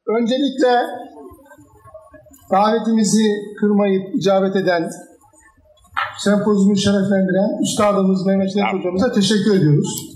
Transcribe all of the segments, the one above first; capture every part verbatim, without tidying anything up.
Öncelikle davetimizi kırmayıp icabet eden, sempozyumu şereflendiren Üstadımız Mehmet Net Hocamıza teşekkür ediyoruz.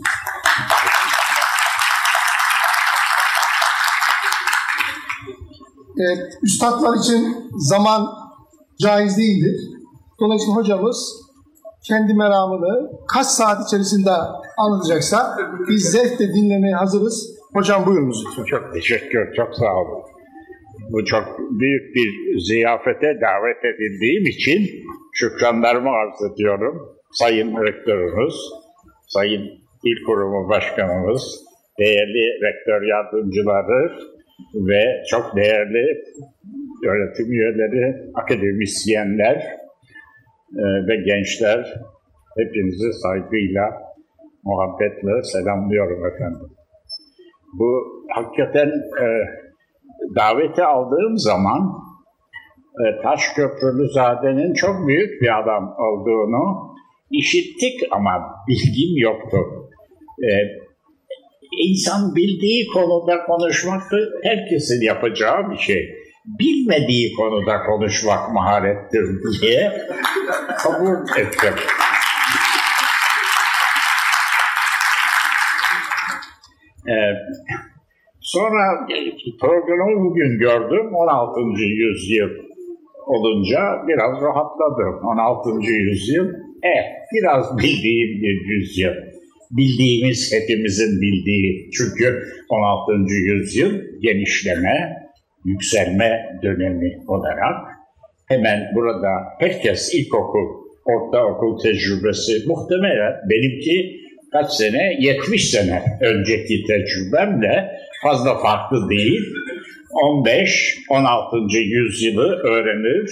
Evet, üstadlar için zaman caiz değildir. Dolayısıyla hocamız kendi meramını kaç saat içerisinde anlatacaksa biz zevkle dinlemeye hazırız. Hocam buyurunuz. Çok teşekkür, çok sağ olun. Bu çok büyük bir ziyafete davet edildiğim için şükranlarımı arz ediyorum. Sayın Rektörümüz, Sayın İl Kurumu Başkanımız, değerli rektör yardımcıları ve çok değerli öğretim üyeleri, akademisyenler e, ve gençler, hepinizi saygıyla, muhabbetle selamlıyorum efendim. Bu hakikaten e, daveti aldığım zaman e, Taşköprülüzade'nin çok büyük bir adam olduğunu işittik ama bilgim yoktu. E, insan bildiği konuda konuşmak herkesin yapacağı bir şey. Bilmediği konuda konuşmak maharettir diye kabul ettim. Ee, sonra programı bugün gördüm, on altıncı yüzyıl olunca biraz rahatladım. on altıncı yüzyıl, evet biraz bildiğim bir yüzyıl. Bildiğimiz, hepimizin bildiği, çünkü on altıncı yüzyıl genişleme, yükselme dönemi olarak hemen burada herkes ilkokul, ortaokul tecrübesi muhtemelen benimki kaç sene, yetmiş sene önceki tecrübemle fazla farklı değil. on beş on altıncı yüzyılı öğrenir,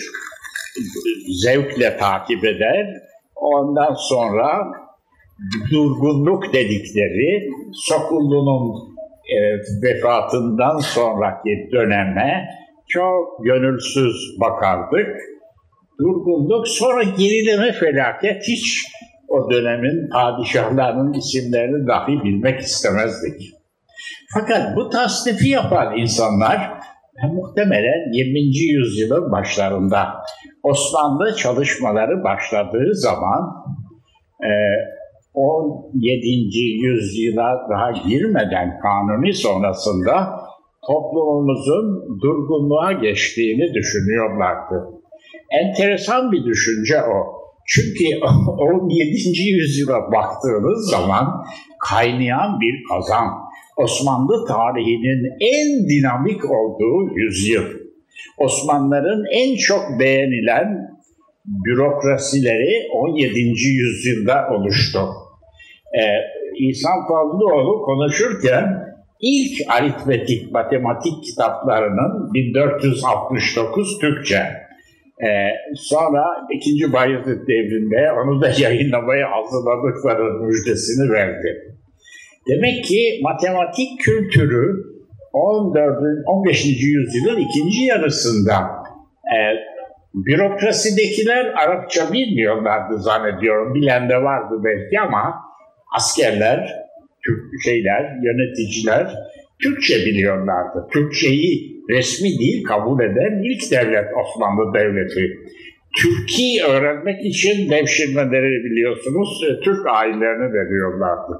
zevkle takip eder. Ondan sonra durgunluk dedikleri Sokullu'nun e, vefatından sonraki döneme çok gönülsüz bakardık. Durgunluk, sonra gerileme, felaket, hiç o dönemin padişahlarının isimlerini dahi bilmek istemezdik. Fakat bu tasnifi yapan insanlar muhtemelen yirminci yüzyılın başlarında Osmanlı çalışmaları başladığı zaman e, on yedinci yüzyıla daha girmeden Kanuni sonrasında toplumumuzun durgunluğa geçtiğini düşünüyorlardı. Enteresan bir düşünce o. Çünkü on yedinci yüzyıla baktığınız zaman kaynayan bir kazan. Osmanlı tarihinin en dinamik olduğu yüzyıl. Osmanlıların en çok beğenilen bürokrasileri on yedinci yüzyılda oluştu. Ee, İhsan Fazlıoğlu konuşurken ilk aritmetik, matematik kitaplarının bin dört yüz altmış dokuz Türkçe. Ee, sonra ikinci Bayezid devrinde onu da yayınlamaya hazırladıkları müjdesini verdi. Demek ki matematik kültürü on dördüncü on beşinci yüzyılın ikinci yarısında e, bürokrasidekiler Arapça bilmiyorlardı zannediyorum. Bilen de vardı belki ama askerler, Türk şeyler, yöneticiler Türkçe biliyorlardı. Türkçeyi resmi dil kabul eden ilk devlet Osmanlı Devleti. Türkçeyi öğrenmek için devşirmeleri biliyorsunuz Türk ailelerini veriyorlardı.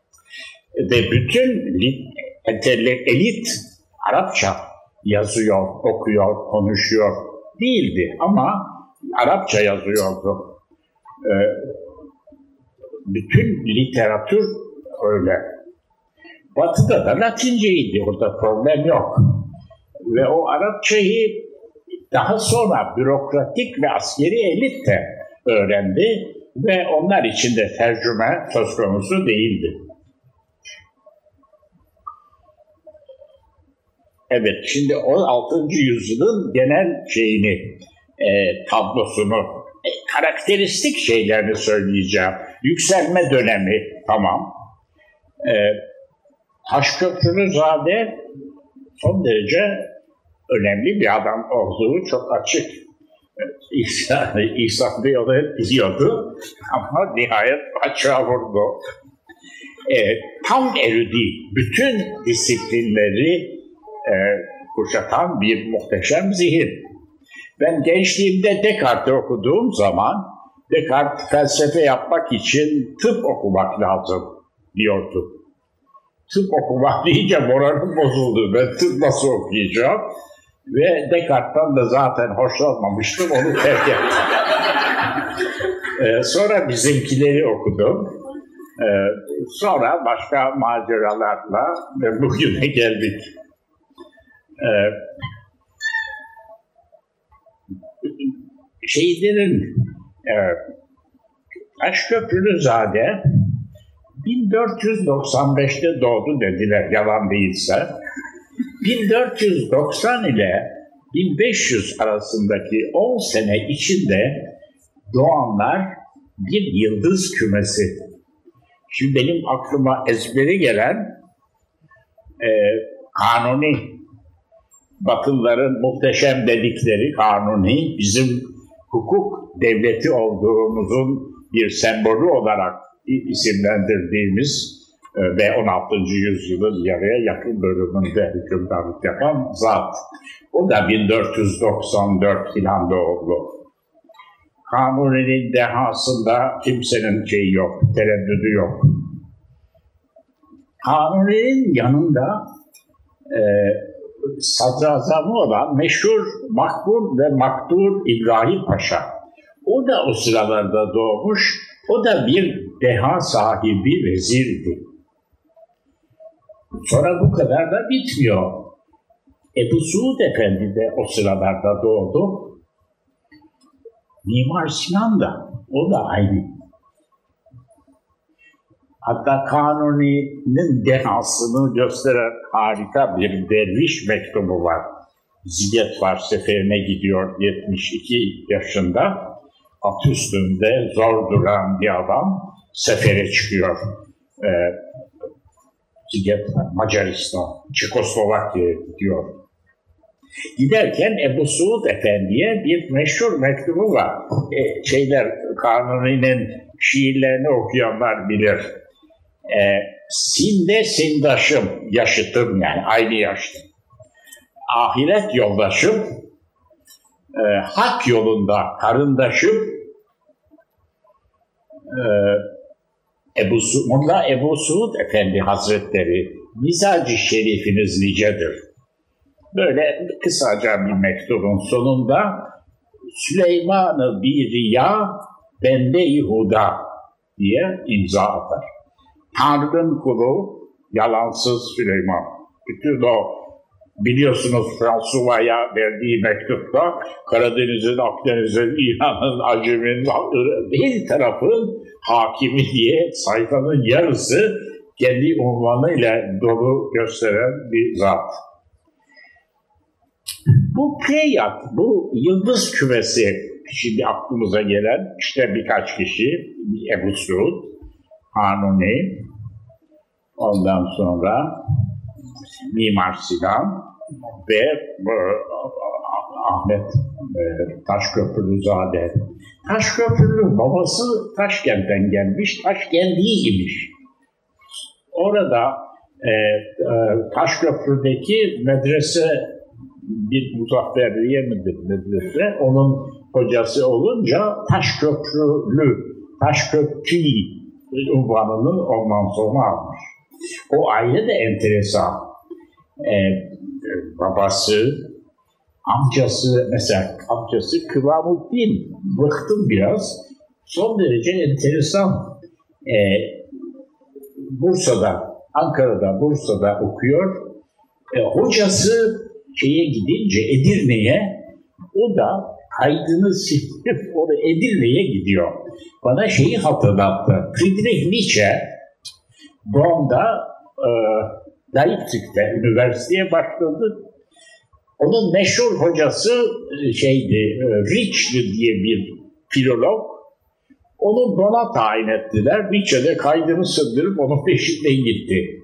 Ve bütün elit Arapça yazıyor, okuyor, konuşuyor değildi ama Arapça yazıyordu. Ee, bütün literatür öyle. Batı'da da Latinceydi, orada problem yok. Ve o Arapçayı daha sonra bürokratik ve askeri elit de öğrendi ve onlar için de tercüme söz konusu değildi. Evet, şimdi on altıncı yüzyılın genel şeyini, e, tablosunu, e, karakteristik şeylerini söyleyeceğim. Yükselme dönemi, tamam. E, Taşköprülüzade son derece önemli bir adam olduğu çok açık. İhsan, İhsan Bey onu hep biliyordu ama nihayet açığa vurdu. E, tam erudi, bütün disiplinleri e, kuşatan bir muhteşem zihin. Ben gençliğimde Descartes'i okuduğum zaman Descartes felsefe yapmak için tıp okumak lazım diyordu. Tıp okumak deyince moralim bozuldu. Ben tıp nasıl okuyacağım? Ve Descartes'tan da zaten hoşlanmamıştım, onu terk ettim. ee, sonra bizimkileri okudum. Ee, sonra başka maceralarla ve bugüne geldik. Ee, şeylerin e, Taşköprülüzade bin dört yüz doksan beşte doğdu dediler, yalan değilse. bin dört yüz doksan ile bin beş yüz arasındaki on sene içinde doğanlar bir yıldız kümesi. Şimdi benim aklıma ezberi gelen e, Kanuni, Batılıların muhteşem dedikleri Kanuni, bizim hukuk devleti olduğumuzun bir sembolü olarak isimlendirdiğimiz ve on altıncı yüzyılın yarıya yakın bölümünde hükümdarlık yapan zat. O da bin dört yüz doksan dört filan doğumlu. Kanuni'nin dehasında kimsenin şeyi yok, tereddüdü yok. Kanuni'nin yanında e, sadrazamı olan meşhur Makbul ve Maktur İbrahim Paşa. O da o sıralarda doğmuş, o da bir deha sahibi vezirdi. Sonra bu kadar da bitmiyor. Ebu Suud Efendi de o sıralarda doğdu. Mimar Sinan da, o da aynı. Hatta Kanuni'nin dehasını gösteren harika bir derviş mektubu var. Ziget var, seferine gidiyor yetmiş iki yaşında. At üstünde zor duran bir adam sefere çıkıyor. Ee, Ziget var, Macaristan, Çekoslovakya'ya gidiyor. Giderken Ebu Suud Efendi'ye bir meşhur mektubu var. E, şeyler, Kanuni'nin şiirlerini okuyanlar bilir. E, Sinde sindaşım, yaşıtım yani aynı yaşta. Ahiret yoldaşım, e, hak yolunda karındaşım, e, Ebu Su Molla Ebu Suud Efendi Hazretleri, mizacı şerifiniz nicedir. Böyle kısaca bir mektubun sonunda Süleyman-ı bir riya bende-i huda diye imza atar. Tanrı'nın kulu yalansız Süleyman. Bütün o biliyorsunuz Fransuva'ya verdiği mektupta Karadeniz'in, Akdeniz'in, İran'ın, Acem'in bir tarafın hakimi diye sayfanın yarısı kendi unvanıyla dolu gösteren bir zat. Bu Pleyad, bu yıldız kümesi şimdi aklımıza gelen işte birkaç kişi, Ebu Suud, Kanuni, ondan sonra Mimar Sinan ve e, Ahmet e, Taşköprülüzade. Taşköprülü babası Taşkent'ten gelmiş, Taşkentliymiş. Orada e, e, Taşköprü'deki medrese bir Muzafferliye midir medrese, onun hocası olunca Taşköprülü, Taşköprü unvanını ondan sonra almış. O aile de enteresan. Ee, babası, amcası, mesela amcası Kıvamuddin, bıktım biraz, son derece enteresan. Ee, Bursa'da, Ankara'da, Bursa'da okuyor. Ee, hocası şeye gidince Edirne'ye, o da kaydını silip onu Edirne'ye gidiyor. Bana şeyi hatırlattı. Friedrich Nietzsche Bonn'da e, Leipzig'te üniversiteye başladı. Onun meşhur hocası şeydi, e, Ritschl diye bir filolog. Onu Bonn'a tayin ettiler. Nietzsche de kaydını sındırıp onun peşinden gitti.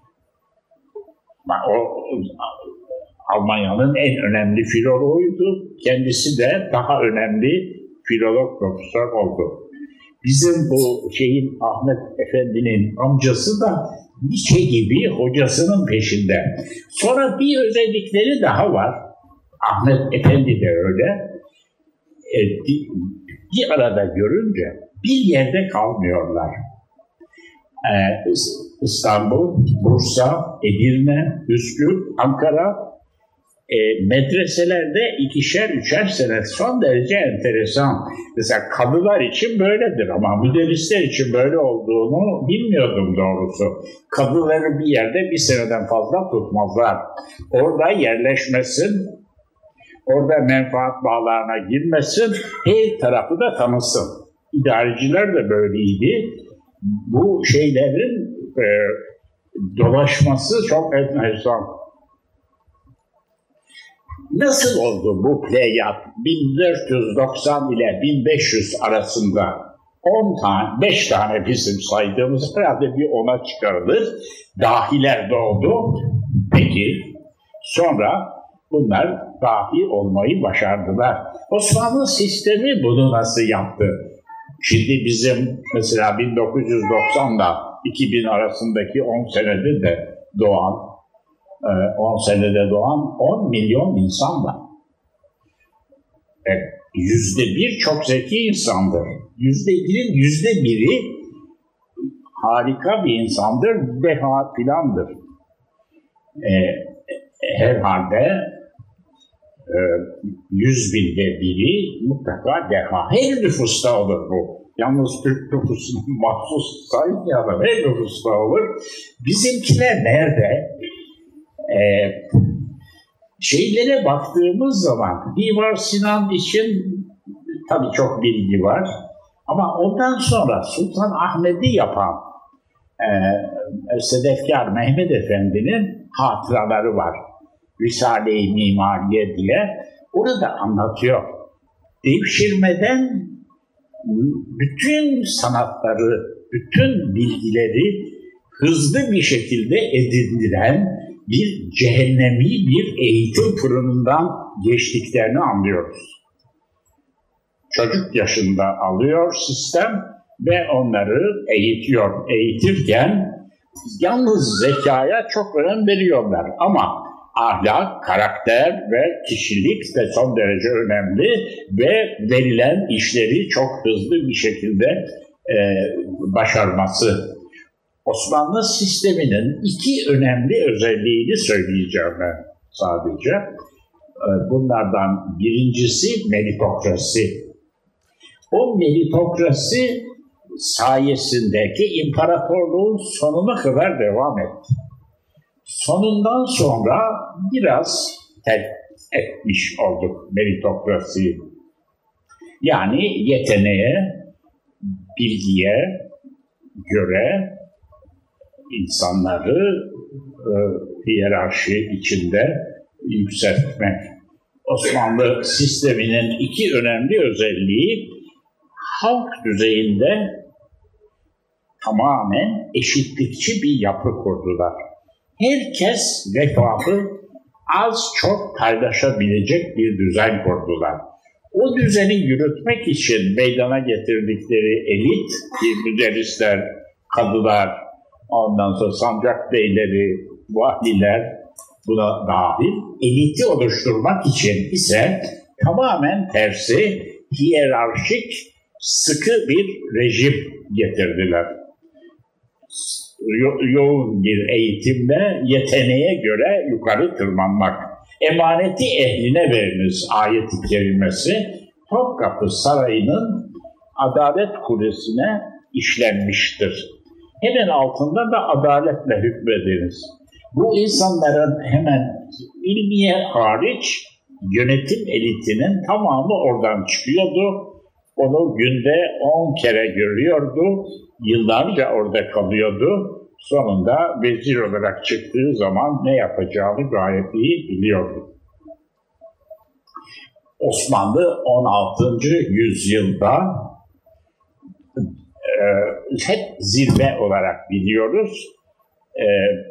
O Almanya'nın en önemli filoloğuydu. Kendisi de daha önemli filolog profesör oldu. Bizim bu şeyin Ahmet Efendi'nin amcası da Nietzsche gibi hocasının peşinde. Sonra bir özellikleri daha var. Ahmet Efendi de öyle. E, bir arada görünce bir yerde kalmıyorlar. Ee, İstanbul, Bursa, Edirne, Üsküp, Ankara e, medreselerde ikişer, üçer sene son derece enteresan. Mesela kadılar için böyledir ama müderrisler için böyle olduğunu bilmiyordum doğrusu. Kadıları bir yerde bir seneden fazla tutmazlar. Orada yerleşmesin, orada menfaat bağlarına girmesin, her tarafı da tanısın. İdareciler de böyleydi. Bu şeylerin e, dolaşması çok enteresan. Nasıl oldu bu Pleyad bin dört yüz doksan ile bin beş yüz arasında on tane, beş tane bizim saydığımız herhalde bir ona çıkarılır. Dahiler doğdu. Peki sonra bunlar dahi olmayı başardılar. Osmanlı sistemi bunu nasıl yaptı? Şimdi bizim mesela bin dokuz yüz doksan ile iki bin arasındaki on senede de doğan, on senede doğan on milyon insan var. Yüzde bir çok zeki insandır. Yüzde birin yüzde biri harika bir insandır, deha filandır. E, herhalde e, yüz binde biri mutlaka deha. Her nüfusta olur bu. Yalnız Türk nüfusuna mahsus saymayalım. Her nüfusta olur. Bizimkiler nerede? Ee, şeylere baktığımız zaman Mimar Sinan için tabii çok bilgi var ama ondan sonra Sultan Ahmet'i yapan e, Sedefkar Mehmet Efendi'nin hatıraları var. Risale-i Mimariye diye orada anlatıyor. Devşirmeden bütün sanatları, bütün bilgileri hızlı bir şekilde edindiren bir cehennemi bir eğitim fırınından geçtiklerini anlıyoruz. Çocuk yaşında alıyor sistem ve onları eğitiyor. Eğitirken yalnız zekaya çok önem veriyorlar ama ahlak, karakter ve kişilik de son derece önemli ve verilen işleri çok hızlı bir şekilde e, başarması. Osmanlı sisteminin iki önemli özelliğini söyleyeceğim ben sadece. Bunlardan birincisi meritokrasi. O meritokrasi sayesindeki imparatorluğun sonuna kadar devam etti. Sonundan sonra biraz terk etmiş olduk meritokrasiyi. Yani yeteneğe, bilgiye göre insanları e, hiyerarşi içinde yükseltmek. Osmanlı sisteminin iki önemli özelliği halk düzeyinde tamamen eşitlikçi bir yapı kurdular. Herkes refahı az çok paylaşabilecek bir düzen kurdular. O düzeni yürütmek için meydana getirdikleri elit, müderrisler, kadılar, ondan sonra sancak beyleri, valiler buna dahil eliti oluşturmak için ise tamamen tersi hiyerarşik sıkı bir rejim getirdiler. Yo- yoğun bir eğitimle yeteneğe göre yukarı tırmanmak. Emaneti ehline veriniz ayet-i kerimesi Topkapı Sarayı'nın Adalet Kulesi'ne işlenmiştir. Hemen altında da adaletle hükmediniz. Bu insanların hemen ilmiye hariç yönetim elitinin tamamı oradan çıkıyordu. Onu günde on kere görüyordu. Yıllarca orada kalıyordu. Sonunda vezir olarak çıktığı zaman ne yapacağını gayet iyi biliyordu. Osmanlı on altıncı yüzyılda e, hep zirve olarak biliyoruz. E,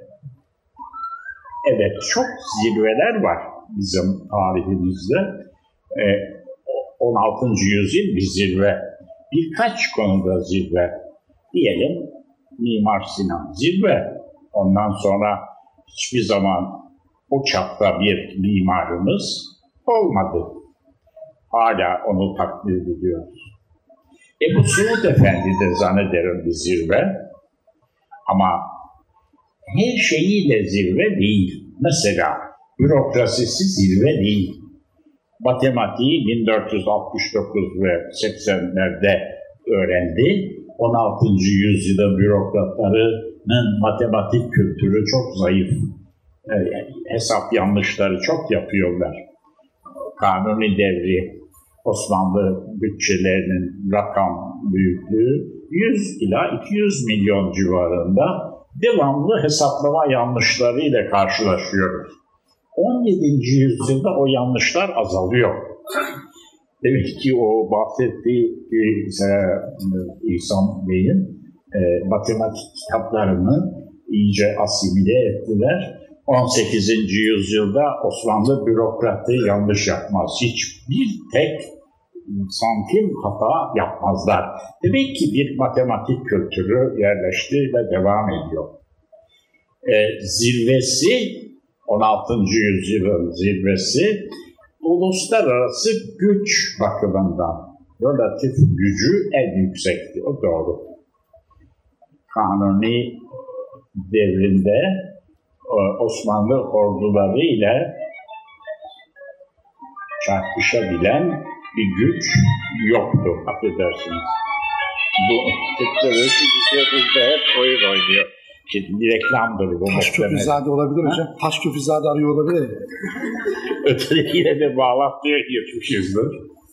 evet, çok zirveler var bizim tarihimizde. E, on altıncı yüzyıl bir zirve. Birkaç konuda zirve. Diyelim Mimar Sinan zirve. Ondan sonra hiçbir zaman o çapta bir mimarımız olmadı. Hala onu takdir ediyoruz. E bu Suud Efendi de zannederim bir zirve. Ama her şeyiyle zirve değil. Mesela bürokrasisi zirve değil. Matematiği bin dört yüz altmış dokuz ve seksenlerde öğrendi. on altıncı yüzyılda bürokratlarının matematik kültürü çok zayıf. Yani hesap yanlışları çok yapıyorlar. Kanuni devri Osmanlı bütçelerinin rakam büyüklüğü yüz ila iki yüz milyon civarında devamlı hesaplama yanlışlarıyla karşılaşıyoruz. on yedinci yüzyılda o yanlışlar azalıyor. Demek ki o bahsettiği e, İhsan Bey'in e, matematik kitaplarını iyice asimile ettiler. on sekizinci yüzyılda Osmanlı bürokratı yanlış yapmaz. Hiçbir tek santim hata yapmazlar. Demek ki bir matematik kültürü yerleşti ve devam ediyor. E, zirvesi, on altıncı yüzyılın zirvesi, uluslararası güç bakımından relatif gücü en yüksekti. O doğru. Kanuni devrinde Osmanlı orduları ile çarpışabilen bir güç yoktu, affedersiniz. Bu teknolojide hep oyun oynuyor. Şimdi reklamdır bu. Taşköprüzade olabilir hocam. Taşköprüzade arıyor olabilir. Ötekiyle de bağlantıya geçmişizdir.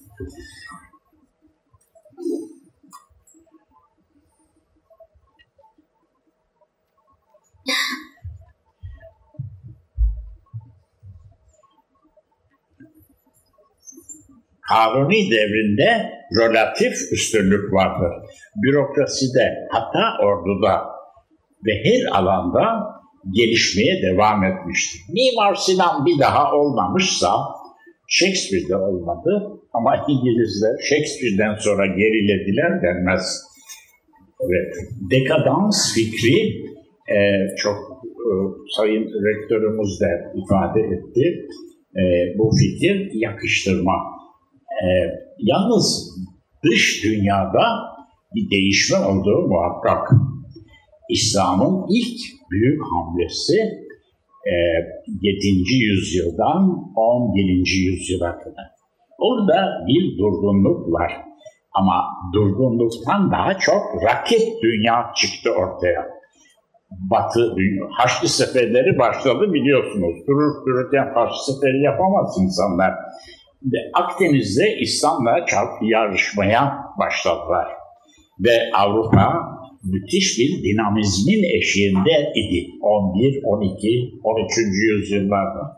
Kanuni devrinde relatif üstünlük vardır. Bürokraside, hatta orduda ve her alanda gelişmeye devam etmiştir. Mimar Sinan bir daha olmamışsa, Shakespeare'de olmadı ama İngilizler Shakespeare'den sonra gerilediler denmez. Evet, dekadans fikri e, çok e, sayın rektörümüz de ifade etti. E, bu fikir yakıştırma. E, yalnız dış dünyada bir değişme olduğu muhakkak. İslam'ın ilk büyük hamlesi e, yedinci yüzyıldan on birinci yüzyıla kadar. Orada bir durgunluk var. Ama durgunluktan daha çok raket dünya çıktı ortaya. Batı dünya, Haçlı seferleri başladı biliyorsunuz. Durur dururken Haçlı seferi yapamaz insanlar. Ve Akdeniz'de İslam'la çarpı yarışmaya başladılar. Ve Avrupa müthiş bir dinamizmin eşiğinde idi. on bir, on iki, on üçüncü yüzyıllarda.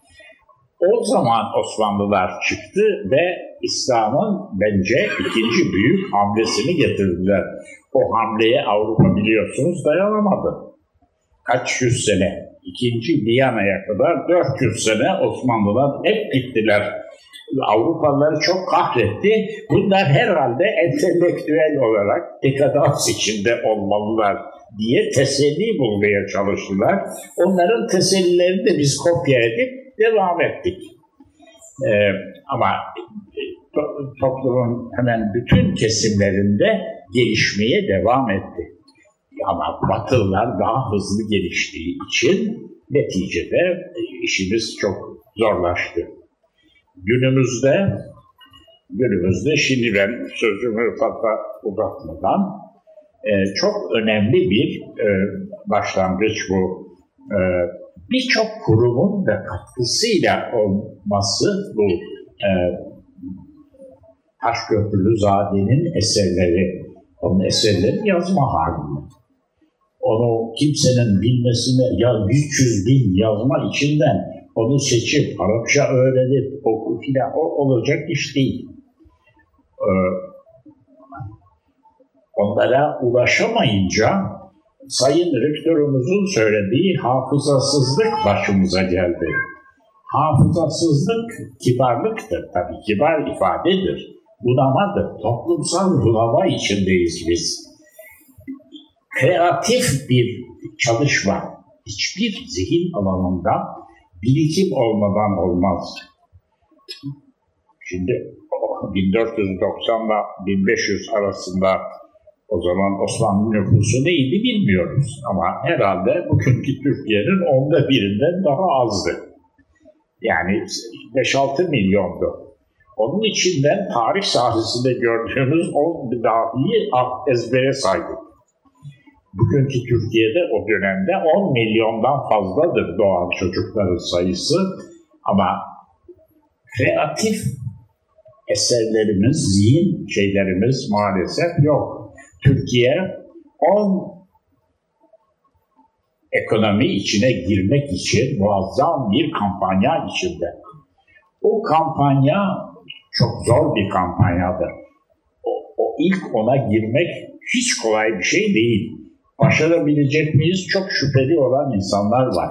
O zaman Osmanlılar çıktı ve İslam'ın bence ikinci büyük hamlesini getirdiler. O hamleye Avrupa biliyorsunuz dayanamadı. Kaç yüz sene, ikinci Viyana'ya kadar dört yüz sene Osmanlılar hep gittiler. Avrupalıları çok kahretti. Bunlar herhalde entelektüel olarak dekadans içinde olmalılar diye teselli bulmaya çalıştılar. Onların tesellilerini de biz kopya edip devam ettik. Ee, ama to- toplumun hemen bütün kesimlerinde gelişmeye devam etti. Ama Batılılar daha hızlı geliştiği için neticede işimiz çok zorlaştı. Günümüzde, günümüzde şimdi ben sözümü fazla uzatmadan e, çok önemli bir e, başlangıç bu. E, Birçok kurumun da katkısıyla olması bu e, Taşköprülüzade'nin eserleri, onun eserleri yazma halinde. Onu kimsenin bilmesine, ya üç yüz bin yazma içinden onu seçip, Arapça öğrenip, oku filan, o olacak iş değil. Ee, onlara ulaşamayınca, Sayın Rektörümüzün söylediği hafızasızlık başımıza geldi. Hafızasızlık kibarlıktır, tabii kibar ifadedir. Bunamadır, toplumsal bunama içindeyiz biz. Kreatif bir çalışma, hiçbir zihin alanında birikim olmadan olmaz. Şimdi bin dört yüz doksanla bin beş yüz arasında o zaman Osmanlı nüfusu neydi bilmiyoruz. Ama herhalde bugünkü Türkiye'nin onda birinden daha azdı. Yani beş altı milyondu. Onun içinden tarih sahnesinde gördüğümüz on dahiyi ezbere saydık. Bugünkü Türkiye'de o dönemde on milyondan fazladır doğan çocukların sayısı. Ama kreatif eserlerimiz, zihin şeylerimiz maalesef yok. Türkiye on ekonomi içine girmek için muazzam bir kampanya içinde. O kampanya çok zor bir kampanyadır. O, o ilk ona girmek hiç kolay bir şey değil. Başarabilecek miyiz? Çok şüpheli olan insanlar var.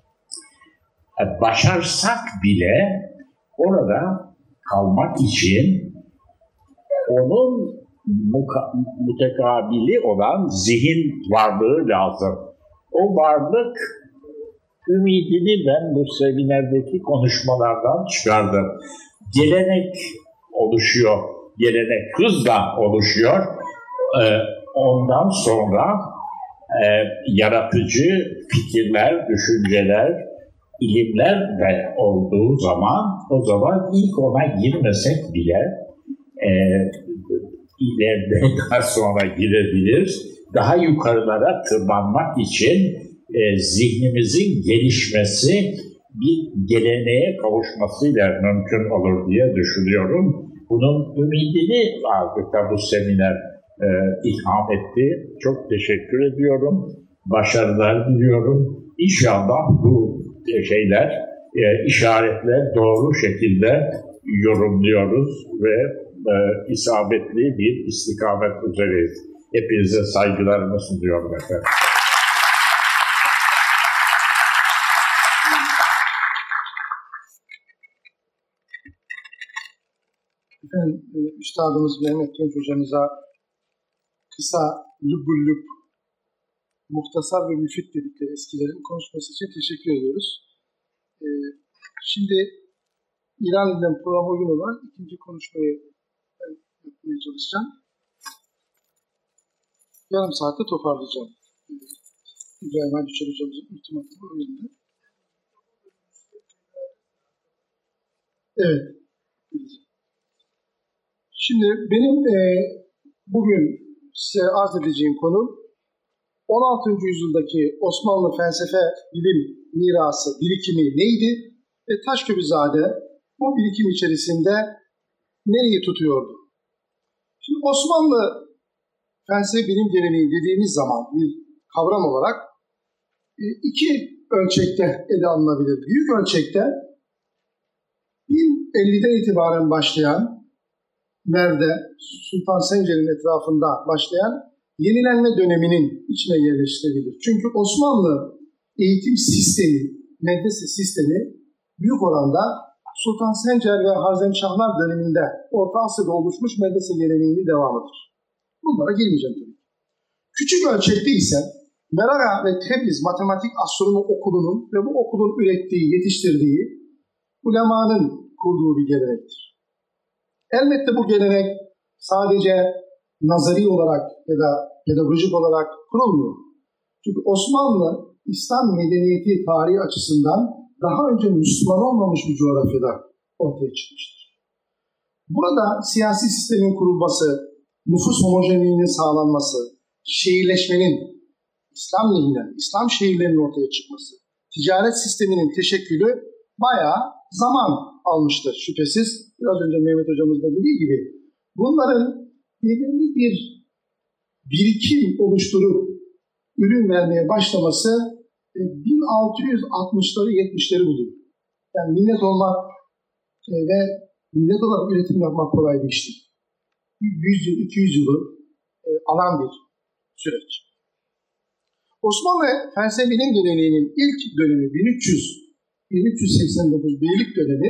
Başarsak bile orada kalmak için onun muka- mutekabili olan zihin varlığı lazım. O varlık ümidini ben bu seminerdeki konuşmalardan çıkardım. Gelenek oluşuyor, gelenek hızla oluşuyor. Ee, ondan sonra e, yaratıcı fikirler, düşünceler, ilimler de olduğu zaman, o zaman ilk ona girmesek bile e, ileride daha sonra girebilir. Daha yukarılara tırmanmak için e, zihnimizin gelişmesi bir geleneğe kavuşmasıyla mümkün olur diye düşünüyorum. Bunun ümidini adeta bu seminer e, ilham etti. Çok teşekkür ediyorum. Başarılar diliyorum. İnşallah bu şeyler, e, işaretler doğru şekilde yorumluyoruz ve e, isabetli bir istikamet üzereyiz. Hepinize saygılarımı sunuyorum efendim. Efendim, e, Üstadımız Mehmet Genç Hocamıza kısa, lübbüllüb, muhtasar ve müfit dedikleri eskilerin konuşması için teşekkür ediyoruz. E, şimdi ilan edilen programa uygun olarak ikinci konuşmayı ben yapmaya çalışacağım. Yarım saatte toparlayacağım. E, İbrahim Halüçer Hocamızın ultimatımı o yönde. Evet. Şimdi benim e, bugün size arz edeceğim konu on altıncı yüzyıldaki Osmanlı felsefe, bilim mirası, birikimi neydi ve Taşköprüzade bu birikim içerisinde nereyi tutuyordu? Şimdi Osmanlı felsefe bilim geleneği dediğimiz zaman bir kavram olarak e, iki ölçekte ele alınabilir. Büyük ölçekte bin elliden itibaren başlayan Mer'de, Sultan Sencer'in etrafında başlayan yenilenme döneminin içine yerleştirilebilir. Çünkü Osmanlı eğitim sistemi, medrese sistemi büyük oranda Sultan Sencer ve Harzemşahlar döneminde Orta Asya'da oluşmuş medrese geleneğinin devamıdır. Bunlara girmeyeceğim tabii. Küçük ölçekte ise Meraga ve Tebriz Matematik Astronomi Okulu'nun ve bu okulun ürettiği, yetiştirdiği ulemanın kurduğu bir gelenektir. Elbette bu gelenek sadece nazari olarak ya da pedagojik olarak kurulmuyor. Çünkü Osmanlı, İslam medeniyeti tarihi açısından daha önce Müslüman olmamış bir coğrafyada ortaya çıkmıştır. Burada siyasi sistemin kurulması, nüfus homojenliğinin sağlanması, şehirleşmenin İslam lehine, İslam şehirlerinin ortaya çıkması, ticaret sisteminin teşekkülü bayağı zaman almıştır şüphesiz. Biraz önce Mehmet Hocamız da dediği gibi bunların belirli bir birikim oluşturup ürün vermeye başlaması bin altı yüz altmışları yetmişleri buluyor. Yani millet olmak ve millet olarak üretim yapmak kolay bir iş değil. yüz yıl, iki yüz yılı alan bir süreç. Osmanlı felsefe bilim geleneğinin ilk dönemi bin üç yüz bin üç yüz seksen dokuz beylik dönemi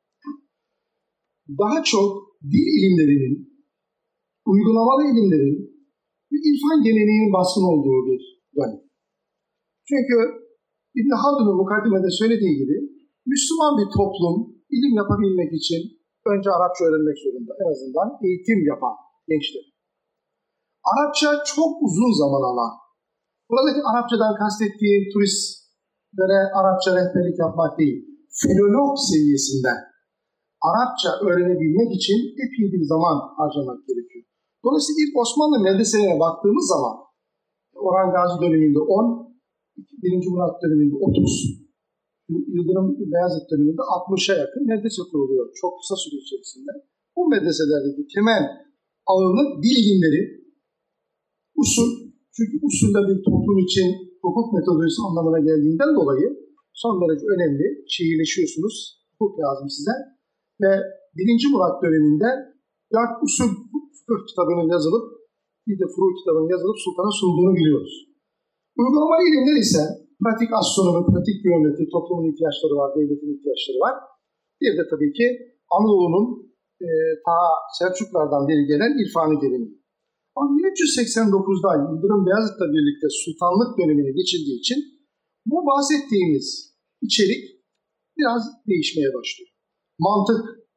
daha çok dil ilimlerinin, uygulamalı ilimlerin ve irfan geleneğinin baskın olduğu bir dönem. Çünkü İbn Haldun'un mukaddimede söylediği gibi Müslüman bir toplum ilim yapabilmek için önce Arapça öğrenmek zorunda. En azından eğitim yapan gençler. Arapça çok uzun zaman alan. Buradaki Arapçadan kastettiğim turistlere Arapça rehberlik yapmak değil. Filolog seviyesinden Arapça öğrenebilmek için epey bir zaman harcamak gerekiyor. Dolayısıyla ilk Osmanlı medreselerine baktığımız zaman Orhan Gazi döneminde on, birinci Murat döneminde otuz, Yıldırım Beyazıt döneminde altmışa yakın medrese kuruluyor çok kısa süre içerisinde. Bu medreselerdeki temel ağırlık dil ilimleri, usul, çünkü usulde bir toplum için hukuk metodolojisi anlamına geldiğinden dolayı son derece önemli, şiirleşiyorsunuz, hukuk lazım size. Ve birinci Murat döneminde dört usul fıkıh kitabının yazılıp, bir de furu kitabının yazılıp sultana sunduğunu biliyoruz. Uygulamalı ilimler ise pratik astronomi, pratik geometri, toplumun ihtiyaçları var, devletin ihtiyaçları var. Bir de tabii ki Anadolu'nun e, ta Selçuklardan beri gelen irfanı geleneği. Ama bin üç yüz seksen dokuzda Yıldırım Beyazıt'la birlikte sultanlık dönemine geçildiği için bu bahsettiğimiz içerik biraz değişmeye başlıyor. Mantık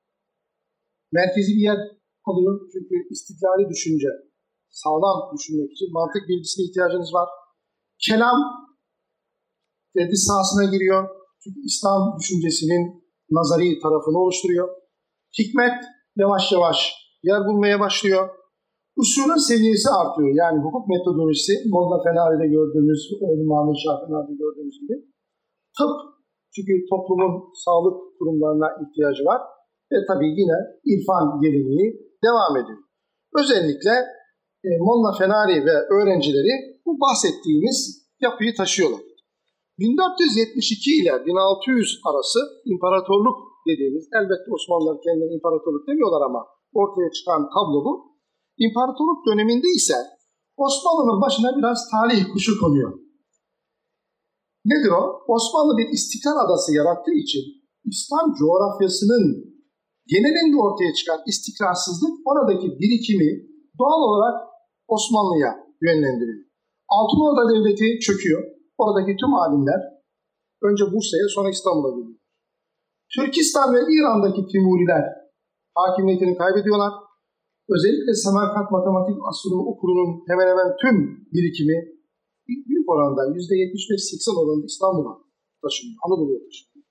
merkezi bir yer alıyor. Çünkü istiklali düşünce, sağlam düşünmek için mantık bilgisine ihtiyacınız var. Kelam tedris sahasına giriyor. Çünkü İslam düşüncesinin nazari tarafını oluşturuyor. Hikmet yavaş yavaş yer bulmaya başlıyor. Usulün seviyesi artıyor. Yani hukuk metodolojisi, Molla Fenari'de gördüğümüz, Muhammed Şafii'de gördüğümüz gibi. Tıp, çünkü toplumun sağlık kurumlarına ihtiyacı var. Ve tabii yine irfan geleneği devam ediyor. Özellikle e, Molla Fenari ve öğrencileri bu bahsettiğimiz yapıyı taşıyorlar. bin dört yüz yetmiş iki ile bin altı yüz arası imparatorluk dediğimiz, elbette Osmanlılar kendine imparatorluk demiyorlar ama ortaya çıkan tablo bu. İmparatorluk döneminde ise Osmanlı'nın başına biraz talih kuşu konuyor. Nedir o? Osmanlı bir istikrar adası yarattığı için İslam coğrafyasının genelinde ortaya çıkan istikrarsızlık oradaki birikimi doğal olarak Osmanlı'ya yönlendiriyor. Altınorda Devleti çöküyor. Oradaki tüm alimler önce Bursa'ya sonra İstanbul'a geliyor. Türkistan ve İran'daki Timuriler hakimiyetini kaybediyorlar. Özellikle Semerkant Matematik Astronomi Okulu'nun hemen hemen tüm birikimi büyük oranda yüzde yetmiş beş seksen oranında İstanbul'a taşınıyor, Anadolu'ya taşınıyor.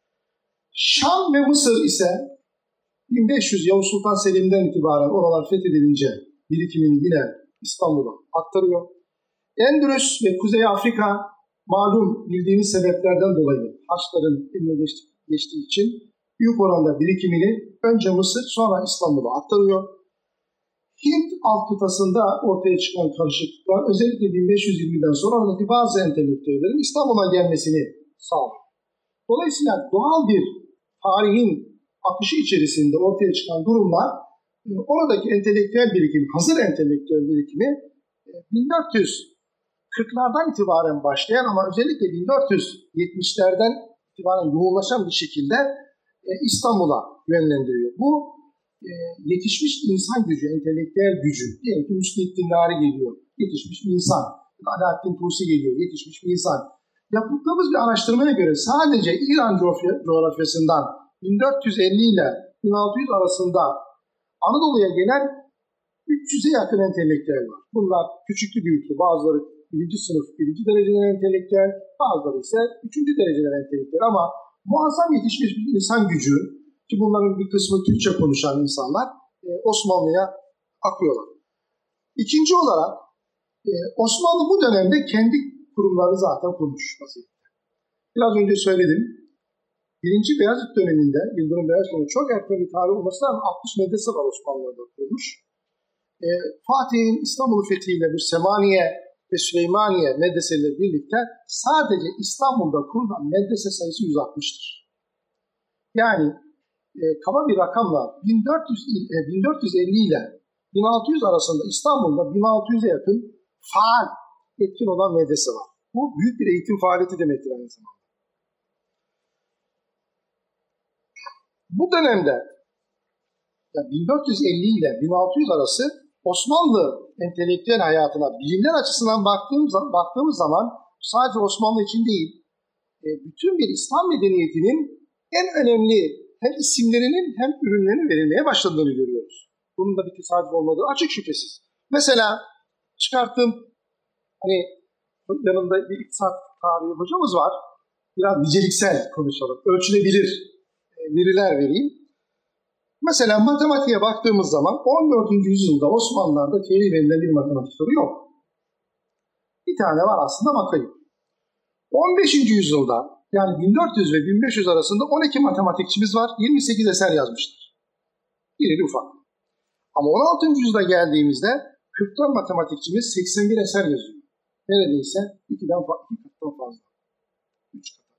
Şam ve Mısır ise bin beş yüz Yavuz Sultan Selim'den itibaren oralar fethedilince birikimini yine İstanbul'a aktarıyor. Endülüs ve Kuzey Afrika malum bildiğiniz sebeplerden dolayı Haçlıların eline geçti, geçtiği için büyük oranda birikimini önce Mısır sonra İstanbul'a aktarıyor. Hint alt kıtasında ortaya çıkan karışıklıklar özellikle bin beş yüz yirmiden sonra oradaki bazı entelektüellerin İstanbul'a gelmesini sağlıyor. Dolayısıyla doğal bir tarihin akışı içerisinde ortaya çıkan durumlar oradaki entelektüel birikimi, hazır entelektüel birikimi bin dört yüz kırklardan itibaren başlayan ama özellikle bin dört yüz yetmişlerden itibaren yoğunlaşan bir şekilde İstanbul'a yönlendiriyor. Bu yetişmiş insan gücü, entelektüel gücü, diyelim ki Müsnettin Nari geliyor, yetişmiş bir insan, Alaaddin Tusi geliyor, yetişmiş bir insan. Yaptığımız bir araştırmaya göre sadece İran coğrafyasından bin dört yüz elli ile bin altı yüz arasında Anadolu'ya gelen üç yüze yakın entelektüel var. Bunlar küçüklü büyüklü, bazıları birinci sınıf, birinci dereceden entelektüel, bazıları ise üçüncü dereceden entelektüel ama muazzam yetişmiş bir insan gücü, ki bunların bir kısmı Türkçe konuşan insanlar e, Osmanlı'ya akıyorlar. İkinci olarak e, Osmanlı bu dönemde kendi kurumlarını zaten kurmuş vaziyette. Biraz önce söyledim. Birinci Beyazıt döneminde, Yıldırım Beyazıt döneminde çok erken bir tarih olmasına rağmen altmış medrese var Osmanlı'da kurulmuş. E, Fatih'in İstanbul fethiyle bu Semaniye ve Süleymaniye medreseleriyle birlikte sadece İstanbul'da kurulan medrese sayısı yüz altmıştır. Yani e, kaba bir rakamla bin dört yüz, e, bin dört yüz elli ile bin altı yüz arasında İstanbul'da bin altı yüze yakın faal, etkin olan medrese var. Bu büyük bir eğitim faaliyeti demektir aynı zamanda. Bu dönemde yani bin dört yüz elli ile bin altı yüz arası Osmanlı entelektüel hayatına bilimler açısından baktığımız, baktığımız zaman sadece Osmanlı için değil, e, bütün bir İslam medeniyetinin en önemli hem isimlerinin hem ürünlerinin verilmeye başladığını görüyoruz. Bunun da bir tesadüf olmadığı açık şüphesiz. Mesela çıkarttığım, hani yanında bir iktisat tarihi hocamız var. Biraz niceliksel konuşalım. Ölçülebilir e, veriler vereyim. Mesela matematiğe baktığımız zaman on dördüncü yüzyılda Osmanlılar'da teori verilen bir matematik kitabı yok. Bir tane var aslında bakayım. on beşinci yüzyılda yani bin dört yüz ve bin beş yüz arasında on iki matematikçimiz var. yirmi sekiz eser yazmışlar. İrili ufak. Ama on altıncı yüzyılda geldiğimizde kırk dört matematikçimiz seksen bir eser yazıyor. Neredeyse ikiden kattan fazla. üç kat.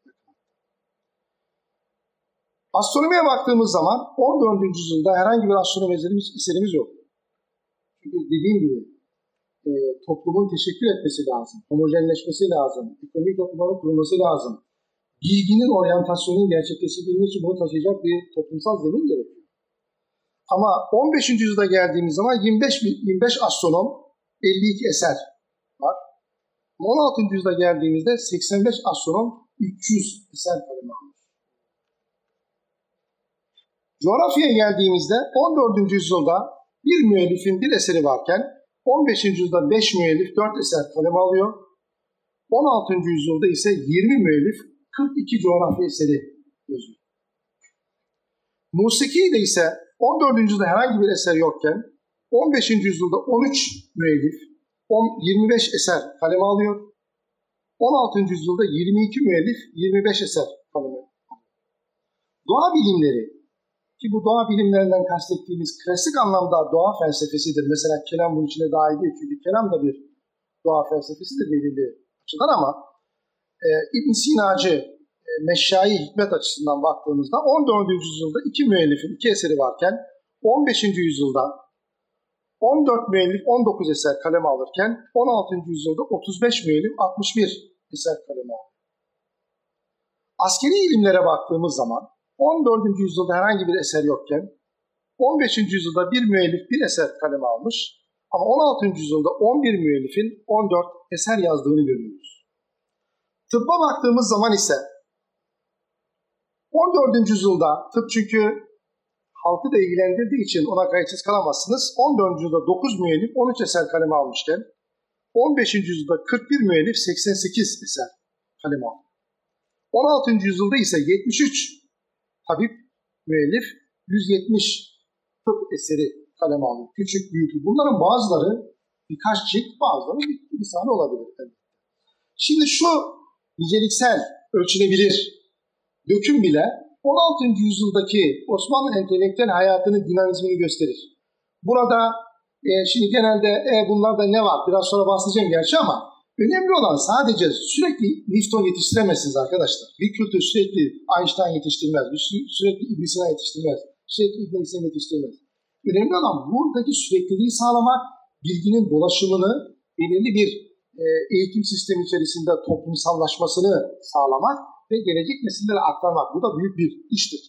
Astronomiye baktığımız zaman on dördüncü yüzyılda herhangi bir astronomi eserimiz yok. Çünkü dediğim gibi e, toplumun teşekkür etmesi lazım, homojenleşmesi lazım, ekonomik toplumların kurulması lazım. Bilginin oryantasyonunun gerçekleştirilmesi için bunu taşıyacak bir toplumsal zemin gerekiyor. Ama on beşinci yüzyılda geldiğimiz zaman yirmi beş, yirmi beş astronom, elli iki eser var. on altıncı yüzyılda geldiğimizde seksen beş astronom, üç yüz eser kalemi almış. Coğrafyaya geldiğimizde on dördüncü yüzyılda bir müellifin bir eseri varken on beşinci yüzyılda beş müellif dört eser kaleme alıyor. on altıncı yüzyılda ise yirmi müellif kırk iki coğrafya eseri yazıyor. Musiki'de ise on dördüncü yüzyılda herhangi bir eser yokken on beşinci yüzyılda on üç müellif yirmi beş eser kaleme alıyor. on altıncı yüzyılda yirmi iki müellif yirmi beş eser kaleme alıyor. Doğa bilimleri, ki bu doğa bilimlerinden kastettiğimiz klasik anlamda doğa felsefesidir. Mesela kelam bunun içine dahil değil. Çünkü kelam da bir doğa felsefesidir belirli açıdan ama e, İbn Sinacı e, Meşşai hikmet açısından baktığımızda on dördüncü yüzyılda iki müellifin iki eseri varken on beşinci yüzyılda on dört müellif on dokuz eser kaleme alırken on altıncı yüzyılda otuz beş müellif altmış bir eser kaleme alır. Askeri ilimlere baktığımız zaman on dördüncü yüzyılda herhangi bir eser yokken on beşinci yüzyılda bir müellif bir eser kaleme almış ama on altıncı yüzyılda on bir müellifin on dört eser yazdığını görüyoruz. Tıbba baktığımız zaman ise on dördüncü yüzyılda tıp çünkü halkı da ilgilendirdiği için ona kayıtsız kalamazsınız. on dördüncü yüzyılda dokuz müellif on üç eser kaleme almışken on beşinci yüzyılda kırk bir müellif seksen sekiz eser kaleme aldı. on altıncı yüzyılda ise yetmiş üç tabip müellif yüz yetmiş tıp eseri kaleme aldı. Küçük, büyük. Bunların bazıları birkaç cilt, bazıları bir, bir sahne olabilir. Şimdi şu niceliksel, ölçülebilir döküm bile on altıncı yüzyıldaki Osmanlı entelektüel hayatının dinamizmini gösterir. Burada e, şimdi genelde e, bunlarda ne var? Biraz sonra bahsedeceğim gerçi ama önemli olan sadece sürekli Newton yetiştiremezsiniz arkadaşlar. Bir kültür sürekli Einstein yetiştirmez, sürekli İbn Sina yetiştirmez, sürekli İbn Sina yetiştirmez. Önemli olan buradaki sürekliliği sağlamak, bilginin dolaşımını belirli bir e, eğitim sistemi içerisinde toplumsallaşmasını sağlamak ve gelecek nesillere aktarmak. Bu da büyük bir iştir.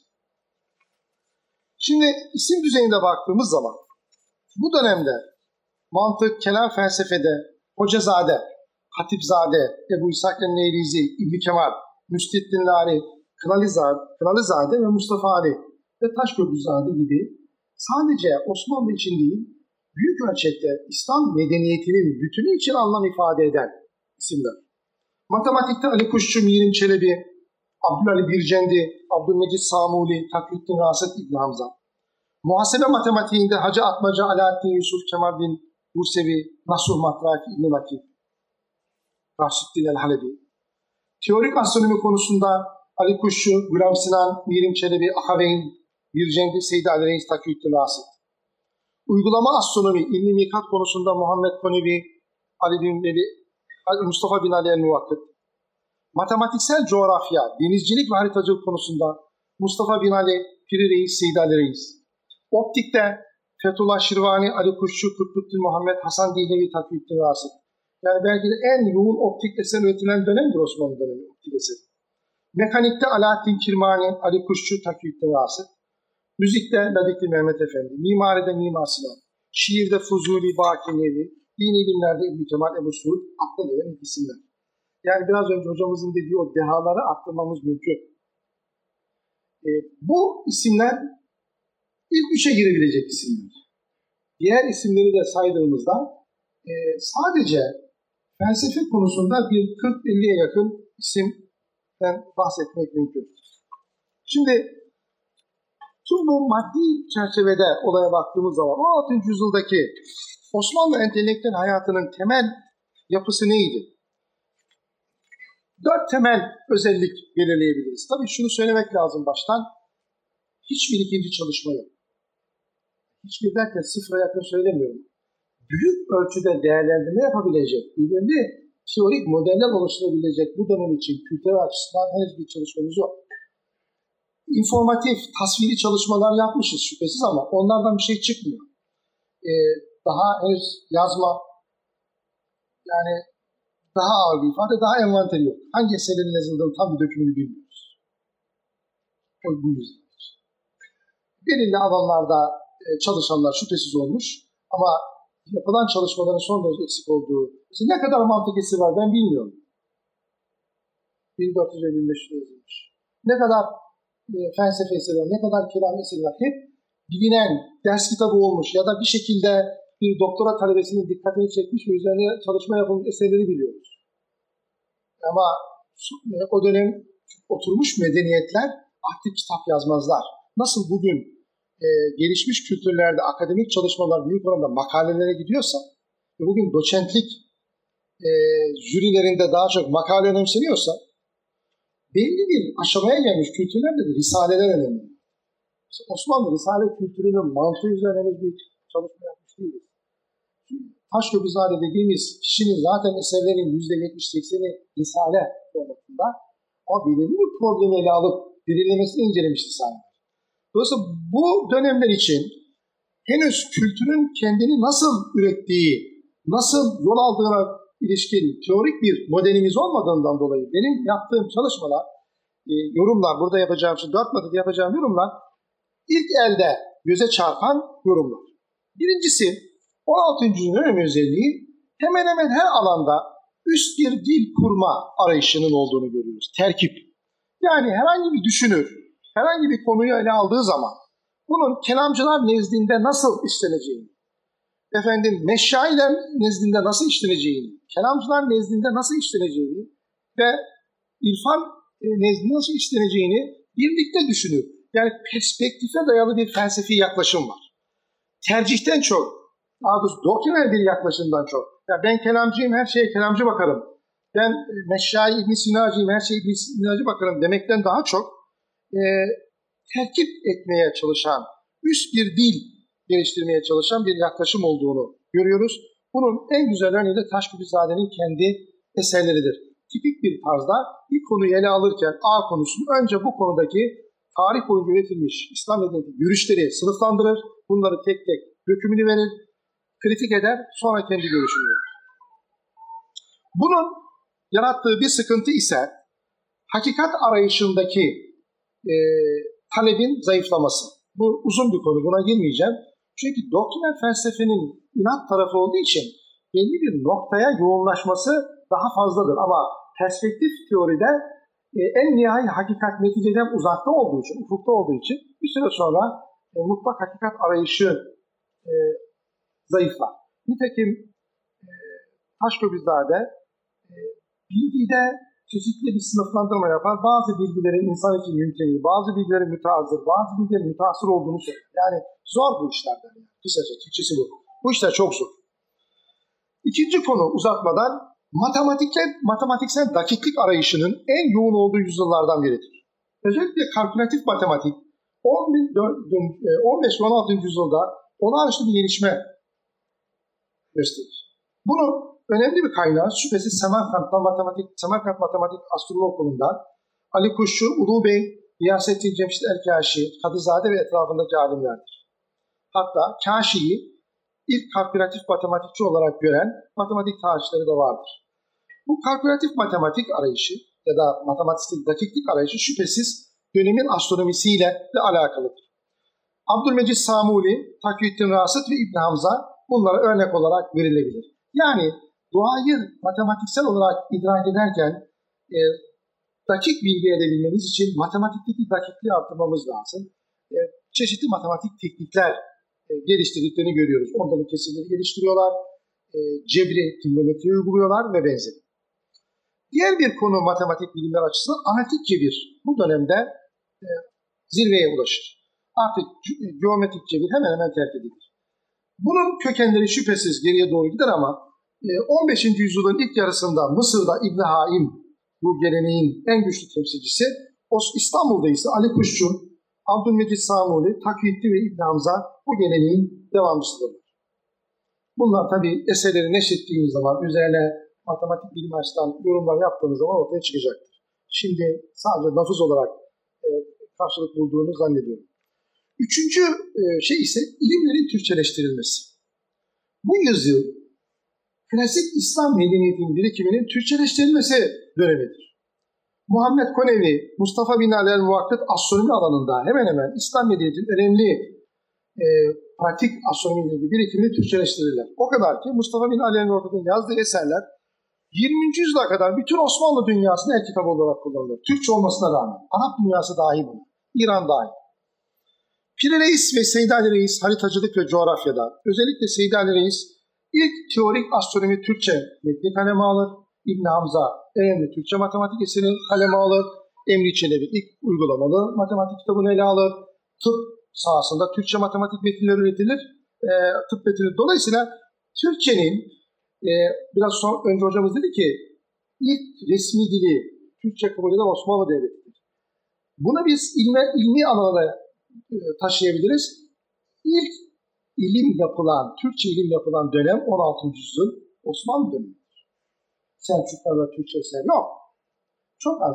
Şimdi isim düzeyinde baktığımız zaman bu dönemde mantık, kelam felsefede Hocazade, Hatipzade, Ebu İshak el-Neyrizi, İbn Kemal, Müstedin Lari, Kınalizade, Kınalizade ve Mustafa Ali ve Taşköprüzade gibi sadece Osmanlı için değil, büyük ölçekte İslam medeniyetinin bütünü için anlam ifade eden isimler. Matematikte Ali Kuşçu, Mirim Çelebi, Abdülali Bircendi, Abdülmecid Samuli, Takiyüddin Raset İbn Hamza. Muhasebe matematiğinde Hacı Atmaca, Alaaddin Yusuf, Kemal bin Bursevi, Nasuh Matraki İbn Vakit, Raşiddin el-Halebi. Teorik astronomi konusunda Ali Kuşçu, Gülam Sinan, Mirim Çelebi, Akaveyn, Bircendi, Seyyid Ali Reis, Takiyüddin Raset. Uygulama astronomi, ilmi mikat konusunda Muhammed Konevi, Ali bin Veli, Mustafa bin Ali el-Muvakkıt. Matematiksel coğrafya, denizcilik ve haritacılık konusunda Mustafa bin Ali, Piri Reis, Seyyid Ali Reis. Optikte Fethullah Şirvani, Ali Kuşçu, Kutbuddin Muhammed, Hasan Dihlevi, Takiyüddin Rasit. Yani belki de en yoğun optik eser üretilen dönemdir Osmanlı dönemi optik eseri. Mekanikte Alaaddin Kirmani, Ali Kuşçu, Takiyüddin Rasit. Müzikte Ladikli Mehmet Efendi, mimaride Mimar Sinan, şiirde Fuzuli, Baki Nevi, dini ilimlerde İbn Kemal, Ebu Suud, akla gelen isimler. Yani biraz önce hocamızın dediği o dehaları arttırmamız mümkün. E, bu isimler ilk üçe girebilecek isimler. Diğer isimleri de saydığımızda e, sadece felsefe konusunda bir kırk elliye yakın isimden bahsetmek mümkün. Şimdi tüm bu maddi çerçevede olaya baktığımız zaman on altıncı yüzyıldaki Osmanlı entelektüel hayatının temel yapısı neydi? Dört temel özellik belirleyebiliriz. Tabii şunu söylemek lazım baştan. Hiçbir ikinci çalışma yok. Hiçbir derken sıfıra yakın söylemiyorum. Büyük ölçüde değerlendirme yapabilecek, belirli teorik modeller oluşturabilecek bu dönem için kültürel açısından henüz bir çalışmamız yok. İnformatif, tasviri çalışmalar yapmışız şüphesiz ama onlardan bir şey çıkmıyor. Ee, daha henüz yazma, yani daha ağır bir ifade, daha envanteri yok. Hangi eserlerin yazıldığını tam bir dökümünü bilmiyoruz. O bu yüzden. Belirli alanlarda çalışanlar şüphesiz olmuş ama yapılan çalışmaların son derece eksik olduğu, işte ne kadar mantık eseri var ben bilmiyorum. bin dört yüz bin beş yüz yazılmış. Ne kadar e, felsefe eseri var, ne kadar kelam eseri var. Hep bilinen, ders kitabı olmuş ya da bir şekilde bir doktora talebesinin dikkatini çekmiş ve üzerine çalışma yapılmış eserleri biliyoruz. Ama o dönem oturmuş medeniyetler artık kitap yazmazlar. Nasıl bugün e, gelişmiş kültürlerde akademik çalışmalar büyük oranda makalelere gidiyorsa ve bugün doçentlik e, jürilerinde daha çok makale önemseniyorsa belli bir aşamaya gelmiş kültürlerde de risaleler önemli. İşte Osmanlı risale kültürünün mantığı üzerine bir çalışma yapmış değiliz. Taşköprüzade dediğimiz kişinin zaten eserlerinin yüzde yetmiş sekseni risale formatında ama belirli bir problemi ele alıp derinlemesine incelemiş risale. Dolayısıyla bu dönemler için henüz kültürün kendini nasıl ürettiği, nasıl yol aldığına ilişkin teorik bir modelimiz olmadığından dolayı benim yaptığım çalışmalar, e, yorumlar, burada yapacağım şey, dört maddede yapacağım yorumlar, ilk elde göze çarpan yorumlar. Birincisi, on altıncı yüzyılın önemli özelliği hemen hemen her alanda üst bir dil kurma arayışının olduğunu görüyoruz. Terkip. Yani herhangi bir düşünür, herhangi bir konuyu ele aldığı zaman bunun kelamcılar nezdinde nasıl işleneceğini, efendim meşayiler nezdinde nasıl işleneceğini, kelamcılar nezdinde nasıl işleneceğini ve irfan nezdinde nasıl işleneceğini birlikte düşünür. Yani perspektife dayalı bir felsefi yaklaşım var. Tercihten çok, daha doğrusu doktriner bir yaklaşımdan çok. Ya ben kelamcıyım, her şeye kelamcı bakarım. Ben meşayi İbn Sinacıyım, her şeye İbn Sinacı bakarım demekten daha çok e, terkip etmeye çalışan, üst bir dil geliştirmeye çalışan bir yaklaşım olduğunu görüyoruz. Bunun en güzel örneği de Taşköprüzade'nin kendi eserleridir. Tipik bir tarzda bir konuyu ele alırken A konusunu önce bu konudaki tarih boyunca üretilmiş İslam medeniyeti görüşleri sınıflandırır, bunları tek tek dökümünü verir, kritik eder, sonra kendi görüşünü verir. Bunun yarattığı bir sıkıntı ise hakikat arayışındaki e, talebin zayıflaması. Bu uzun bir konu, buna girmeyeceğim. Çünkü doktriner felsefenin inat tarafı olduğu için belli bir noktaya yoğunlaşması daha fazladır. Ama perspektif teoride e, en nihai hakikat neticeden uzakta olduğu için, ufukta olduğu için bir süre sonra e, mutlak hakikat arayışı e, zayıflar. Nitekim e, Taşköprüzade e, bilgide çeşitli bir sınıflandırma yapar. Bazı bilgilerin insan için mümteni, bazı bilgilerin müteazır, bazı bilgilerin müteasır olduğunu söyler. Yani zor bu işler. Yani. Kısaca Türkçesi bu. Bu işler çok zor. İkinci konu uzatmadan matematiksel, matematiksel dakiklik arayışının en yoğun olduğu yüzyıllardan biridir. Özellikle kalkülatif matematik on beş on altıncı yüzyılda olağanüstü bir gelişme gösterir. Bunun önemli bir kaynağı şüphesiz Semerkant'ta matematik, Semerkant Matematik Astronomi Okulu'ndan Ali Kuşçu, Ulu Bey, Gıyasettin Cemşit El-Kâşi, Kadızade ve etrafındaki alimlerdir. Hatta Kâşi'yi ilk kalkülatif matematikçi olarak gören matematik tarihçileri de vardır. Bu kalkülatif matematik arayışı ya da matematik dakiklik arayışı şüphesiz dönemin astronomisiyle de alakalıdır. Abdülmecid Samuli, Takiyüddin Rasıt ve İbn Hamza bunlara örnek olarak verilebilir. Yani doğayı matematiksel olarak idrak ederken e, dakik bilgi edebilmemiz için matematikteki dakikliği arttırmamız lazım. E, çeşitli matematik teknikler e, geliştirdiklerini görüyoruz. Ondalık kesimleri geliştiriyorlar, e, cebri trigonometri uyguluyorlar ve benzeri. Diğer bir konu matematik bilimler açısından analitik cebir bu dönemde e, zirveye ulaşır. Artık geometrik cebir hemen hemen terk edilir. Bunun kökenleri şüphesiz geriye doğru gider ama on beşinci yüzyılın ilk yarısında Mısır'da İbn Haim bu geleneğin en güçlü temsilcisi, İstanbul'da ise Ali Kuşçu, Abdülmecid Samuni, Takiyüddin ve İbn Hamza bu geleneğin devamcısıdırlar. Bunlar tabii eserleri neşrettiğimiz zaman, üzerine matematik bilim açısından yorumlar yaptığımız zaman ortaya çıkacaktır. Şimdi sadece lafız olarak e, karşılık bulduğunu zannediyorum. Üçüncü e, şey ise ilimlerin Türkçeleştirilmesi. Bu yüzyıl klasik İslam medeniyetinin birikiminin Türkçeleştirilmesi dönemidir. Muhammed Konevi, Mustafa bin Ali el-Muvakkıt astronomi alanında hemen hemen İslam medeniyetinin önemli e, pratik astronomi ilgili birikimini Türkçeleştirirler. O kadar ki Mustafa bin Ali el-Muvakkıt'ın yazdığı eserler yirminci yüzyıla kadar bütün Osmanlı dünyasında el kitabı olarak kullanılır. Türkçe olmasına rağmen. Arap dünyası dahil buna. İran dahil. Pir Reis ve Seydi Ali Reis haritacılık ve coğrafyada, özellikle Seydi Ali Reis ilk teorik astronomi Türkçe metni kaleme alır. İbn Hamza önemli Türkçe matematik eserini kaleme alır. Emri Çelebi ilk uygulamalı matematik kitabını ele alır. Tıp sahasında Türkçe matematik metinler üretilir. E, tıp metinleri. Dolayısıyla Türkçenin e, biraz sonra önce hocamız dedi ki ilk resmi dili Türkçe kabul eden Osmanlı Devleti'dir. Buna biz ilme, ilmi alana taşıyabiliriz. İlk ilim yapılan, Türkçe ilim yapılan dönem on altıncı yüzyıl Osmanlı dönemidir. Selçuklarla Türkçe eser yok. Çok az.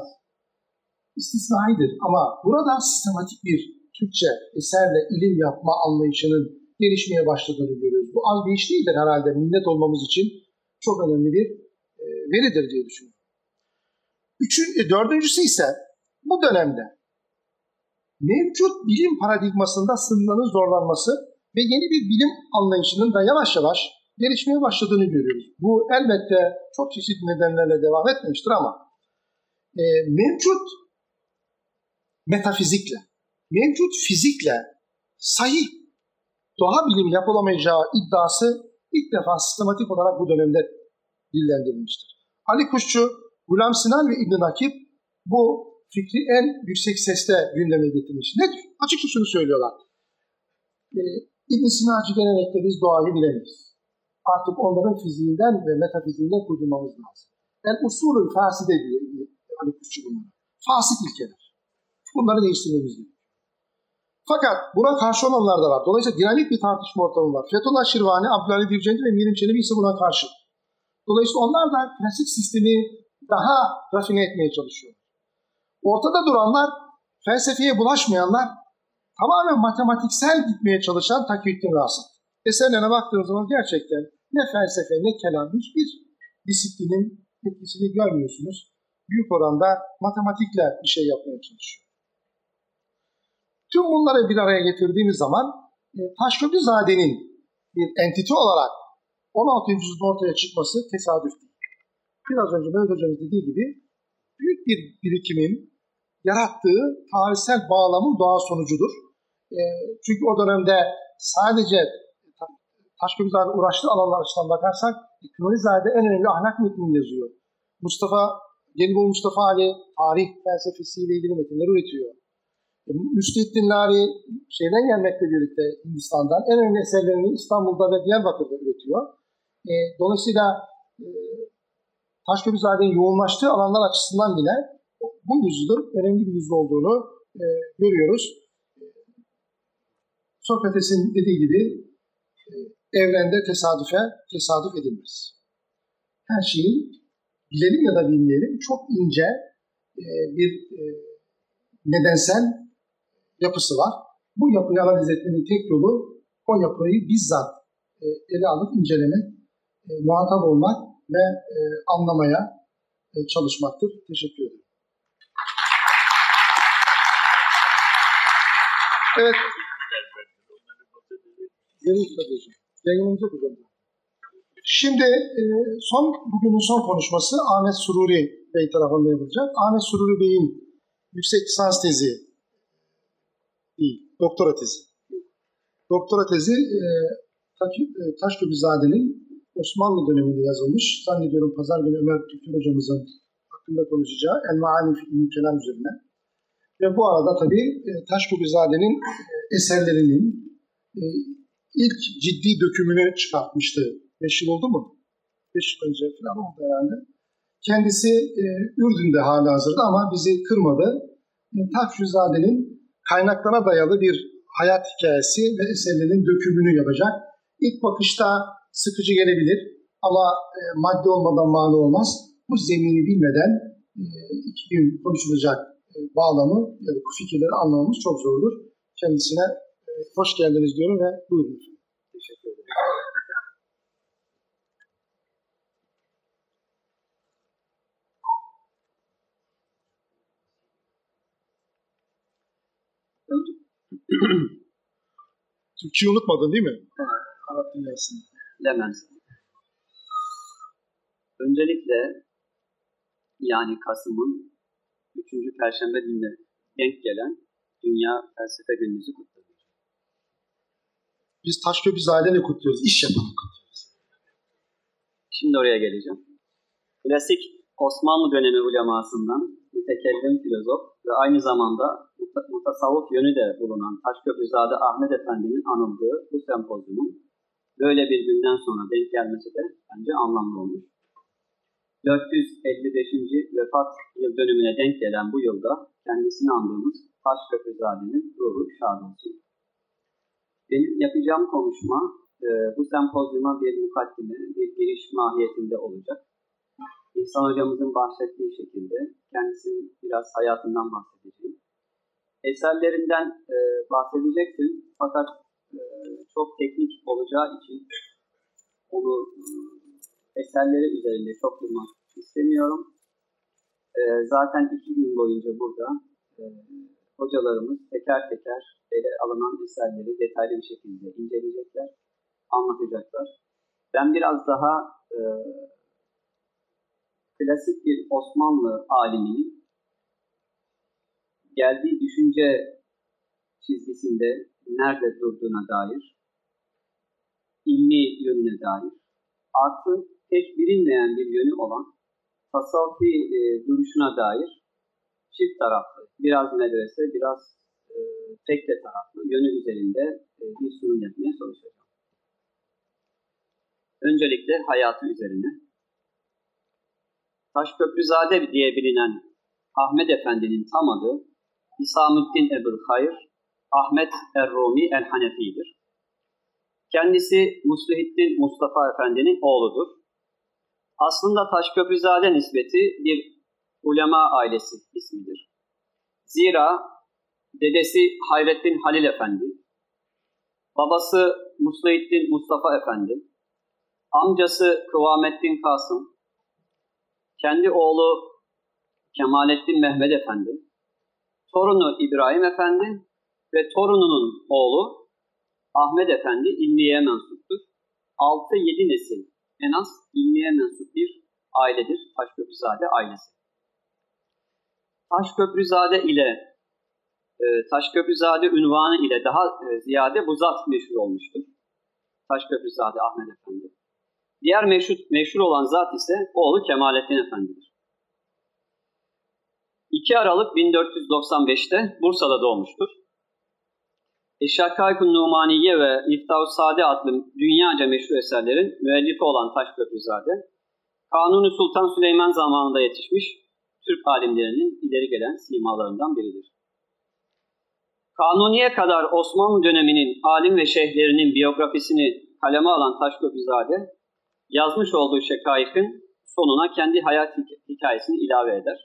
İstisnaidir ama burada sistematik bir Türkçe eserle ilim yapma anlayışının gelişmeye başladığını görüyoruz. Bu az bir iş değildir herhalde. Millet olmamız için çok önemli bir e, veridir diye düşünüyorum. Üçün, e, dördüncüsü ise bu dönemde mevcut bilim paradigmasında sınırların zorlanması ve yeni bir bilim anlayışının da yavaş yavaş gelişmeye başladığını görüyoruz. Bu elbette çok çeşitli nedenlerle devam etmemiştir ama e, mevcut metafizikle, mevcut fizikle sahih doğa bilimi yapılamayacağı iddiası ilk defa sistematik olarak bu dönemde dillendirilmiştir. Ali Kuşçu, Gulam Sinan ve İbn Nakib bu fikri en yüksek sesle gündeme getirmiş. Nedir? Açıkça şunu söylüyorlar. Ee, İbn Sinacı gelenekte biz doğayı bilemeyiz. Artık onların fiziğinden ve metafiziğinden kurtulmamız lazım. El usulü faside diyor Ali Kuşçu bunlara. Fasit ilkeler. Bunları değiştirmemiz gerekiyor. Fakat buna karşı olanlar da var. Dolayısıyla dinamik bir tartışma ortamı var. Fethullah Şirvani, Abdülhamid Dircendi ve Mirim Çelebi ise buna karşı. Dolayısıyla onlar da klasik sistemi daha rafine etmeye çalışıyor. Ortada duranlar, felsefeye bulaşmayanlar, tamamen matematiksel gitmeye çalışan Takiyüddin Rasat. Eserlerine baktığınız zaman gerçekten ne felsefe ne kelam hiçbir disiplinin etkisini görmüyorsunuz. Büyük oranda matematikle bir şey yapmaya çalışıyor. Tüm bunları bir araya getirdiğimiz zaman e, Taşköprüzade'nin bir entite olarak on altıncı yüzyılda ortaya çıkması tesadüf değil. Biraz önce Mehmet Hocamız dediği gibi büyük bir birikimin yarattığı tarihsel bağlamın doğal sonucudur. E, çünkü o dönemde sadece Taşköprüzade uğraştığı alanlar açısından bakarsak Kınalizade en önemli ahlak metnini yazıyor. Mustafa, Gelibolu Mustafa Ali tarih felsefesiyle ilgili metinler üretiyor. Müstehittin Nari şeyden gelmekle birlikte Hindistan'dan en önemli eserlerini İstanbul'da ve Diyarbakır'da üretiyor. E, dolayısıyla e, Taşköprüzade'nin yoğunlaştığı alanlar açısından bile bu yüzyılın önemli bir yüzyıl olduğunu e, görüyoruz. Sokrates'in dediği gibi e, evrende tesadüfe tesadüf edilmez. Her şeyin bilelim ya da bilmeyelim çok ince e, bir e, nedensel yapısı var. Bu yapıyı analiz etmenin tek yolu o yapıyı bizzat e, ele alıp incelemek, e, muhatap olmak ve e, anlamaya e, çalışmaktır. Teşekkür ederim. Evet. Yeni hocam. Yayınımıza hocam. Şimdi e, son bugünün son konuşması Ahmet Sururi Bey tarafından yapılacak. Ahmet Sururi Bey'in yüksek lisans tezi değil, doktora tezi. Doktora tezi e, Taşköprüzade'nin Osmanlı döneminde yazılmış. Zannediyorum pazar günü Ömer Tüktür hocamızın hakkında konuşacağı El-Maani İlmi Kelam üzerine. Ve bu arada tabii Taşköprüzade'nin eserlerinin e, ilk ciddi dökümünü çıkartmıştı. Beş yıl oldu mu? Beş yıl önce falan oldu herhalde. Kendisi e, Ürdün'de halihazırda ama bizi kırmadı. E, Taşköprüzade'nin kaynaklara dayalı bir hayat hikayesi ve eserlerin dökümünü yapacak. İlk bakışta sıkıcı gelebilir ama e, madde olmadan mani olmaz. Bu zemini bilmeden e, iki gün konuşulacak e, bağlamı ya da bu fikirleri anlamamız çok zordur. Kendisine e, hoş geldiniz diyorum ve buyurun. Teşekkür ederim. Türkçeyi unutmadın değil mi? Evet. Arap dünyasını. Demez. Öncelikle yani Kasım'ın üçüncü Perşembe gününe denk gelen Dünya Felsefe Günümüzü kutluyoruz. Biz Taşköprüzade'ni kutluyoruz, iş yapanı kutluyoruz. Şimdi oraya geleceğim. Klasik Osmanlı dönemi ulemasından mütekellim filozof ve aynı zamanda mutasavvuf yönü de bulunan Taşköprüzade Ahmet Efendi'nin anıldığı bu sempozyumun böyle bir günden sonra denk gelmesi de bence anlamlı olmuş. dört yüz elli beşinci vefat yıl dönümüne denk gelen bu yılda kendisini andığımız Taşköprüzade'nin ruhu şad olsun. Benim yapacağım konuşma e, bu sempozyuma bir mukaddime, bir giriş mahiyetinde olacak. İhsan hocamızın bahsettiği şekilde kendisinin biraz hayatından bahsedeceğim. Eserlerinden e, bahsedecektim fakat e, çok teknik olacağı için onu e, eserleri üzerinde çok durmak istemiyorum. E, zaten iki gün boyunca burada e, hocalarımız teker teker ele alınan eserleri detaylı bir şekilde inceleyecekler, anlatacaklar. Ben biraz daha e, klasik bir Osmanlı aliminin geldiği düşünce çizgisinde nerede durduğuna dair, ilmi yönüne dair, artı pek bilinmeyen bir yönü olan tasavvufi e, duruşuna dair çift taraflı, biraz medrese, biraz e, tekte taraflı yönü üzerinde e, bir sunum yapmaya çalışacağım. Öncelikle hayatı üzerine. Taşköprüzade diye bilinen Ahmet Efendi'nin tam adı İsamüddin Ebu'l-Hayr Ahmet Er-Rumi El-Hanefi'dir. Kendisi Muslihiddin Mustafa Efendi'nin oğludur. Aslında Taşköprüzade nisbeti bir ulema ailesi ismidir. Zira dedesi Hayrettin Halil Efendi, babası Muslihiddin Mustafa Efendi, amcası Kıvamettin Kasım, kendi oğlu Kemalettin Mehmet Efendi, torunu İbrahim Efendi ve torununun oğlu Ahmet Efendi ilmiye mensuptur. altı yedi nesil en az ilmiye mensup bir ailedir Taşköprüzade ailesi. Taşköprüzade ile e, Taşköprüzade unvanı ile daha e, ziyade bu zat meşhur olmuştur. Taşköprüzade Ahmet Efendi. Diğer meşhur, meşhur olan zat ise oğlu Kemalettin Efendi'dir. iki Aralık bin dört yüz doksan beş'te Bursa'da doğmuştur. Eşşakâik-ı Numaniye ve Miftah-ı Sade adlı dünyaca meşhur eserlerin müellifi olan Taşköprüzade, Kanuni Sultan Süleyman zamanında yetişmiş Türk alimlerinin ileri gelen simalarından biridir. Kanuni'ye kadar Osmanlı döneminin alim ve şeyhlerinin biyografisini kaleme alan Taşköprüzade, yazmış olduğu şekâikin sonuna kendi hayat hikayesini ilave eder.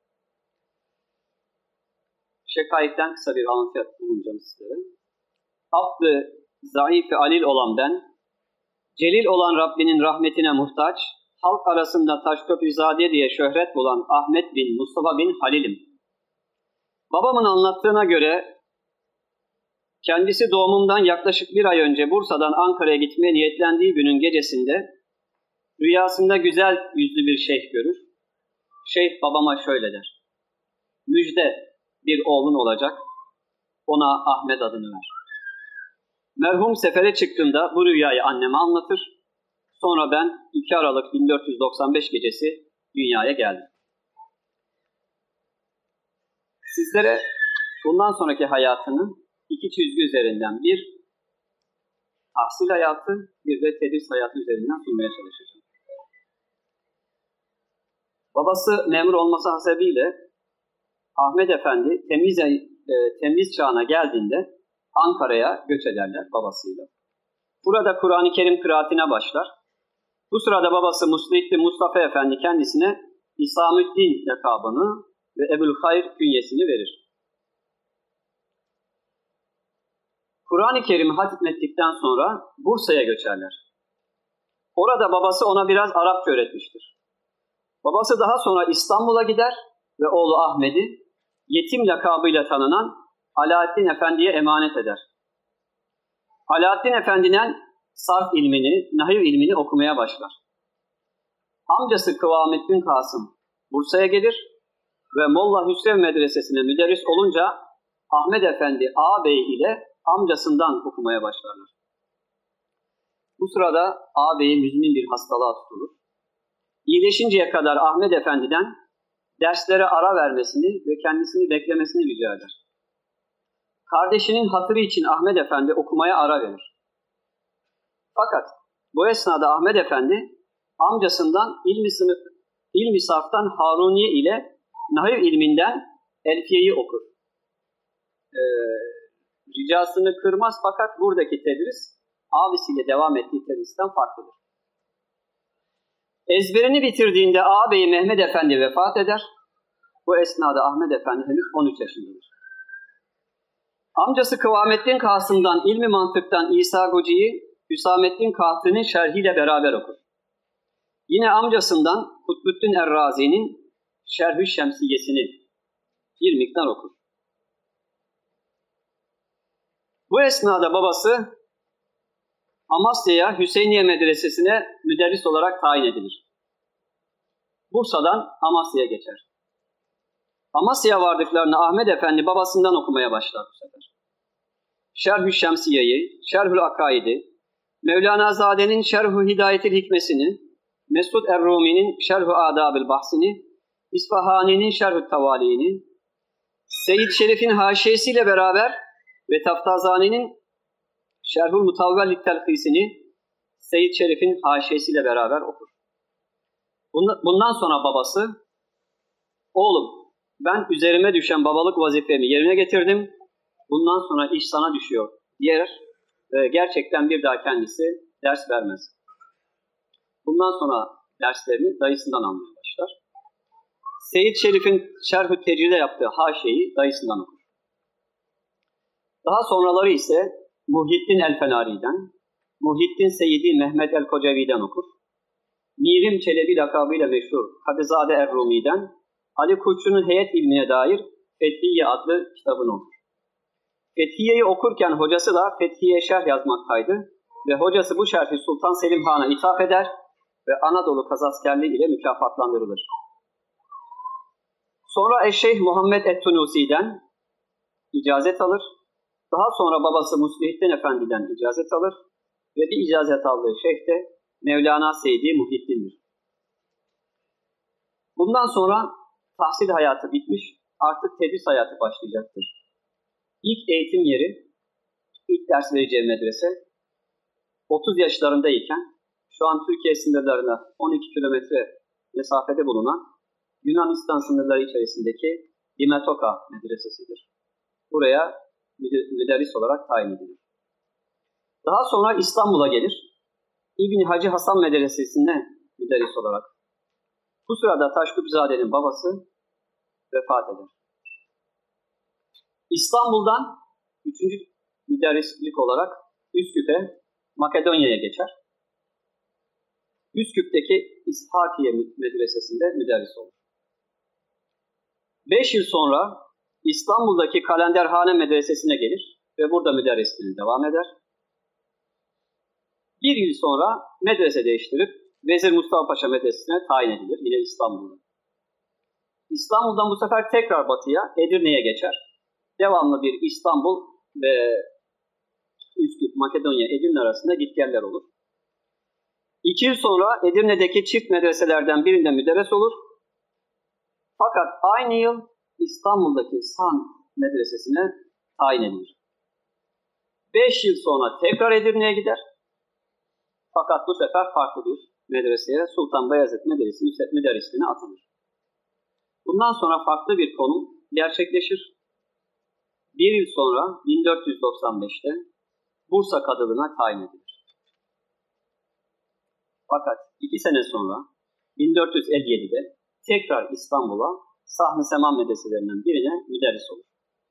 Şekâikten kısa bir alıntı bulunacağım sizlere. Abd-ı zayıf-ı alil olan ben, celil olan Rabbinin rahmetine muhtaç, halk arasında Taşköprüzade diye şöhret bulan Ahmet bin Mustafa bin Halil'im. Babamın anlattığına göre, kendisi doğumumdan yaklaşık bir ay önce Bursa'dan Ankara'ya gitmeye niyetlendiği günün gecesinde, Rüyasında güzel yüzlü bir şeyh görür. Şeyh babama şöyle der: müjde, bir oğlun olacak, ona Ahmet adını ver. Merhum sefere çıktığında bu rüyayı anneme anlatır. Sonra ben iki Aralık bin dört yüz doksan beş gecesi dünyaya geldim. Sizlere bundan sonraki hayatını iki çizgi üzerinden, bir tahsil hayatı, bir de tedris hayatı üzerinden sunmaya çalışacağım. Babası memur olması hasebiyle Ahmet Efendi temiz, e, temiz çağına geldiğinde Ankara'ya göç ederler babasıyla. Burada Kur'an-ı Kerim kıraatine başlar. Bu sırada babası Muslihittin Mustafa Efendi kendisine İsamüddin lakabını ve Ebu'l-Hayr künyesini verir. Kur'an-ı Kerim'i hatmettikten sonra Bursa'ya göçerler. Orada babası ona biraz Arapça öğretmiştir. Babası daha sonra İstanbul'a gider ve oğlu Ahmet'i yetim lakabıyla tanınan Alaaddin Efendi'ye emanet eder. Alaaddin Efendi'den sarf ilmini, nahiv ilmini okumaya başlar. Amcası Kıvamettin Kasım Bursa'ya gelir ve Molla Hüsrev Medresesi'ne müderris olunca Ahmet Efendi ağabey ile amcasından okumaya başlarlar. Bu sırada ağabeyi müzmin bir hastalığa tutulur. İyileşinceye kadar Ahmet Efendi'den derslere ara vermesini ve kendisini beklemesini rica eder. Kardeşinin hatırı için Ahmet Efendi okumaya ara verir. Fakat bu esnada Ahmet Efendi amcasından ilmi, sınıf, ilmi saftan Haruniye ile nahiv ilminden Elfiye'yi okur. Ee, ricasını kırmaz fakat buradaki tedris abisiyle devam ettiği tedristen farklıdır. Ezberini bitirdiğinde ağabeyi Mehmet Efendi vefat eder. Bu esnada Ahmet Efendi henüz on üç yaşındadır. Amcası Kıvamettin Kasım'dan ilmi mantıktan İsa Goci'yi Hüsamettin Kahtı'nın şerhiyle beraber okur. Yine amcasından Kutbuddin Errazi'nin Şerh-ü Şemsiyesini bir miktar okur. Bu esnada babası Amasya'ya Hüseyniye Medresesi'ne müderris olarak tayin edilir. Bursa'dan Amasya'ya geçer. Amasya'ya vardıklarında Ahmet Efendi babasından okumaya başlar bu sefer. Şerh-ü Şemsiye'yi, Şerhül Akaid'i, Mevlana Zade'nin Şerh-ü Hidayetil Hikmesini, Mesud Er-Rumi'nin Şerh-ü Adabil Bahsini, İsfahani'nin Şerh-ü Tavali'ni, Seyyid Şerif'in haşiyesiyle beraber ve Taftazani'nin Şerh-ül Mutavvellit Telhisini Seyyid Şerif'in haşiyesiyle beraber okur. Bundan sonra babası, oğlum ben üzerime düşen babalık vazifemi yerine getirdim, bundan sonra iş sana düşüyor diyer ve gerçekten bir daha kendisi ders vermez. Bundan sonra derslerini dayısından almaya başlar. Seyyid Şerif'in Şerh-ü Tecrid'e yaptığı haşiyeyi dayısından okur. Daha sonraları ise Muhyiddin El-Fenari'den, Muhyiddin Seyyidi Mehmet El-Kocevi'den okur. Mirim Çelebi lakabıyla meşhur Kadızade Er-Rumi'den, Ali Kuşçu'nun heyet ilmine dair Fethiye adlı kitabını okur. Fethiye'yi okurken hocası da Fethiye şerh yazmaktaydı ve hocası bu şerhi Sultan Selim Han'a ithaf eder ve Anadolu kazaskerliği ile mükafatlandırılır. Sonra Eşşeyh Muhammed Et-Tunusi'den icazet alır. Daha sonra babası Muslihittin Efendi'den icazet alır ve bir icazet aldığı şeyh de Mevlana Seydi Muhyiddin'dir. Bundan sonra tahsil hayatı bitmiş, artık tedris hayatı başlayacaktır. İlk eğitim yeri, ilk ders vereceği medrese otuz yaşlarındayken şu an Türkiye sınırlarına on iki kilometre mesafede bulunan Yunanistan sınırları içerisindeki Dimetoka medresesidir. Buraya müderris olarak tayin edilir. Daha sonra İstanbul'a gelir. İbni Hacı Hasan Medresesi'ne müderris olarak. Bu sırada Taşküpzade'nin babası vefat eder. İstanbul'dan üçüncü müderrislik olarak Üsküp'e, Makedonya'ya geçer. Üsküp'teki İshakiye Medresesi'nde müderris olur. Beş yıl sonra İstanbul'daki Kalenderhane Medresesi'ne gelir ve burada müderrisliğine devam eder. Bir yıl sonra medrese değiştirip Vezir Mustafa Paşa Medresesi'ne tayin edilir. Yine İstanbul'da. İstanbul'dan bu sefer tekrar batıya Edirne'ye geçer. Devamlı bir İstanbul ve Üsküp, Makedonya, Edirne arasında gitgeller olur. İki yıl sonra Edirne'deki çift medreselerden birinde müderris olur. Fakat aynı yıl İstanbul'daki San Medresesi'ne tayin edilir. Beş yıl sonra tekrar Edirne'ye gider. Fakat bu sefer farklı bir medreseye Sultan Bayezid Medresi müderrisliğine atanır. Bundan sonra farklı bir konum gerçekleşir. Bir yıl sonra bin dört yüz doksan beşte Bursa Kadılığına tayin edilir. Fakat iki sene sonra bin dört yüz elli yedide tekrar İstanbul'a Sahn-ı Seman medreselerinden birine müderris olur.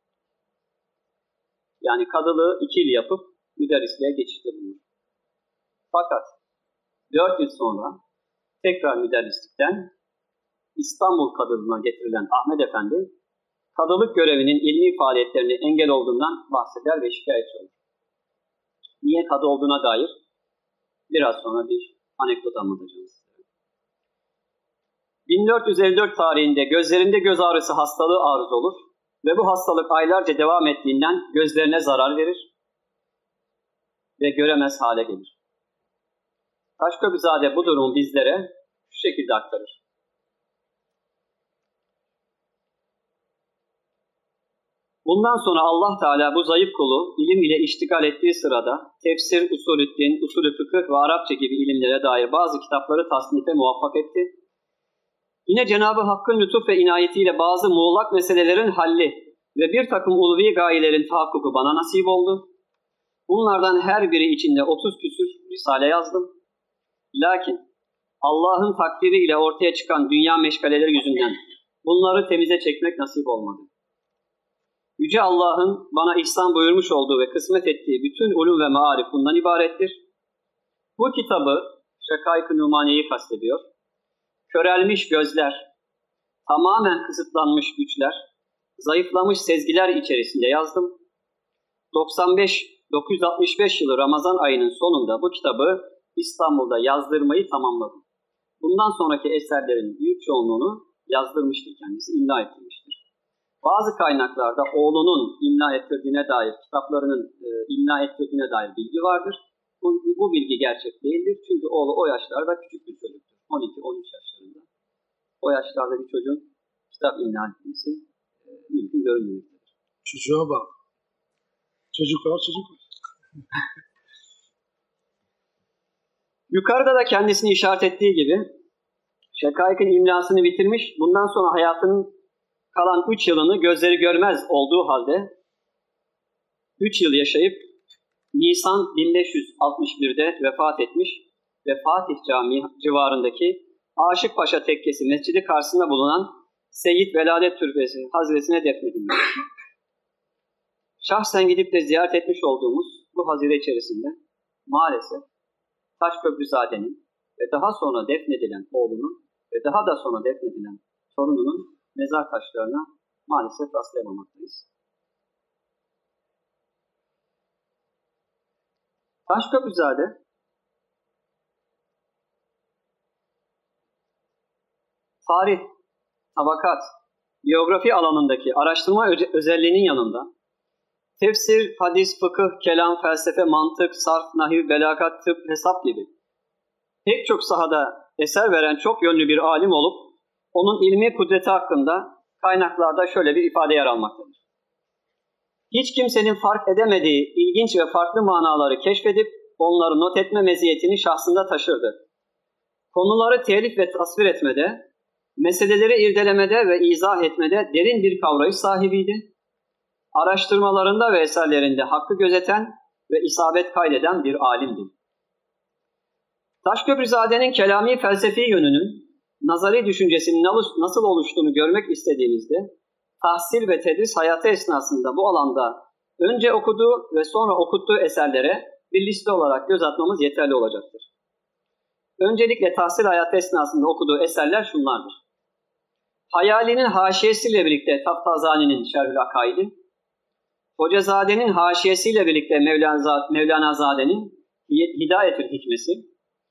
Yani kadılığı iki yıl yapıp müderrisliğe geçişte bulunur. Fakat dört yıl sonra tekrar müderrislikten İstanbul Kadılığına getirilen Ahmet Efendi, kadılık görevinin ilmi faaliyetlerine engel olduğundan bahseder ve şikayetçi olur. Niye kadı olduğuna dair biraz sonra bir anekdot anlatacağım size. bin dört yüz elli dört tarihinde gözlerinde göz ağrısı hastalığı arız olur ve bu hastalık aylarca devam ettiğinden gözlerine zarar verir ve göremez hale gelir. Taşköprüzade bu durumu bizlere şu şekilde aktarır. Bundan sonra Allah Teala bu zayıf kulu ilim ile iştigal ettiği sırada tefsir, usulüddin, usulü fıkıh ve Arapça gibi ilimlere dair bazı kitapları tasnife muvaffak etti. Yine Cenab-ı Hakk'ın lütuf ve inayetiyle bazı muğlak meselelerin halli ve bir takım ulvi gayelerin tahakkuku bana nasip oldu. Bunlardan her biri içinde otuz küsür risale yazdım. Lakin Allah'ın takdiriyle ortaya çıkan dünya meşgaleleri yüzünden bunları temize çekmek nasip olmadı. Yüce Allah'ın bana ihsan buyurmuş olduğu ve kısmet ettiği bütün ulum ve maarif bundan ibarettir. Bu kitabı Şakaik-ı Numaniye'yi kastediyor. Körelmiş gözler, tamamen kısıtlanmış güçler, zayıflamış sezgiler içerisinde yazdım. doksan beş dokuz yüz altmış beş yılı Ramazan ayının sonunda bu kitabı İstanbul'da yazdırmayı tamamladım. Bundan sonraki eserlerin büyük çoğunluğunu yazdırmıştır kendisi, imla ettirmiştir. Bazı kaynaklarda oğlunun imla ettirdiğine dair, kitaplarının e, imla ettirdiğine dair bilgi vardır. Bu, bu bilgi gerçek değildir. Çünkü oğlu o yaşlarda küçük bir çocuktur. on iki on üç yaşlarında. O yaşlarda bir çocuğun kitap imla etmesi e, mümkün görünmemektedir. Çocuğa bak. Çocuk var, çocuk var. Yukarıda da kendisini işaret ettiği gibi Şakaik'in imlasını bitirmiş, bundan sonra hayatının kalan üç yılını gözleri görmez olduğu halde üç yıl yaşayıp Nisan bin beş yüz altmış birde vefat etmiş ve Fatih Camii civarındaki Aşık Paşa Tekkesi mescidi karşısında bulunan Seyyid Veladet Türbesi hazresine defnedilmiş. Şahsen gidip de ziyaret etmiş olduğumuz bu hazire içerisinde maalesef Taşköprüzade'nin ve daha sonra defnedilen oğlunun ve daha da sonra defnedilen torununun mezar taşlarına maalesef rastlayamamaktayız. Taşköprüzade tarih, tabakat, geografi alanındaki araştırma özelliğinin yanında tefsir, hadis, fıkıh, kelam, felsefe, mantık, sarf, nahiv, belagat, tıp, hesap gibi pek çok sahada eser veren çok yönlü bir alim olup onun ilmi kudreti hakkında kaynaklarda şöyle bir ifade yer almaktadır. Hiç kimsenin fark edemediği ilginç ve farklı manaları keşfedip onları not etme meziyetini şahsında taşırdı. Konuları telif ve tasvir etmede, meseleleri irdelemede ve izah etmede derin bir kavrayış sahibiydi. Araştırmalarında ve eserlerinde hakkı gözeten ve isabet kaydeden bir alimdi. Taşköprüzade'nin kelami felsefi yönünün, nazari düşüncesinin nasıl oluştuğunu görmek istediğimizde, tahsil ve tedris hayatı esnasında bu alanda önce okuduğu ve sonra okuttuğu eserlere bir liste olarak göz atmamız yeterli olacaktır. Öncelikle tahsil hayatı esnasında okuduğu eserler şunlardır. Hayali'nin haşiyesiyle birlikte Taftazani'nin Şerhül Akaidi, Hocazade'nin haşiyesiyle birlikte Mevlana Zade'nin Hidayetül Hikmesi,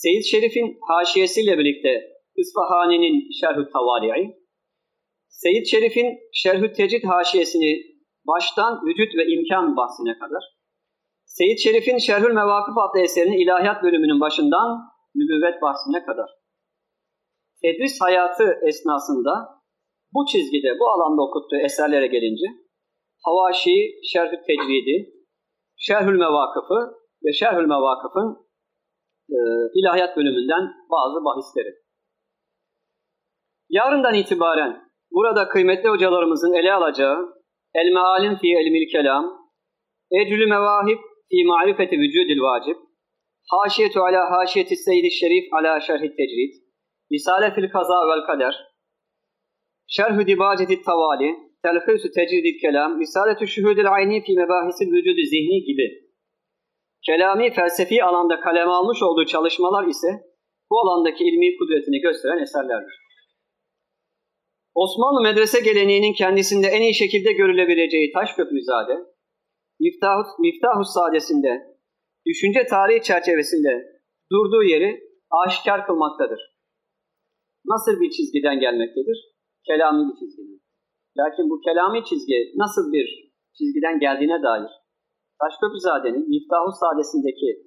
Seyyid Şerif'in haşiyesiyle birlikte İsfahani'nin Şerh-ü Tavali'i, Seyyid Şerif'in Şerh-ü Tecrid haşiyesini baştan vücut ve imkan bahsine kadar, Seyyid Şerif'in Şerhül Mevakıf adlı eserinin ilahiyat bölümünün başından nübüvvet bahsine kadar, tedris hayatı esnasında bu çizgide, bu alanda okuttuğu eserlere gelince, Havaşi, Şerh-ü Tecridi, Şerhül Mevakıf'ı ve Şerhül Mevakıf'ın e, ilahiyat bölümünden bazı bahisleri. Yarından itibaren burada kıymetli hocalarımızın ele alacağı El-Mealim fi Elmil Kelam, Eclü Mevahib fi Ma'rifeti Vücudil Vacib, Haşiyetu ala Haşiyeti Seyyid-i Şerif ala Şerh-i Tecrid, Risale fil Kaza vel Kader, Şerh-ü Dibaceti Tavali, Telhis-ü Tecrid-i Kelam, Risalet-ü Şuhud-il Ayni fi Mebahisil Vücud-i Zihni gibi kelami felsefi alanda kaleme almış olduğu çalışmalar ise bu alandaki ilmi kudretini gösteren eserlerdir. Osmanlı medrese geleneğinin kendisinde en iyi şekilde görülebileceği Taşköprüzade, Miftah-ı Miftah Saadesi'nde, düşünce tarihi çerçevesinde durduğu yeri aşikar kılmaktadır. Nasıl bir çizgiden gelmektedir? Kelami bir çizgiden. Lakin bu kelami çizgi nasıl bir çizgiden geldiğine dair Taşköprüzade'nin Miftah-ı Saadesi'ndeki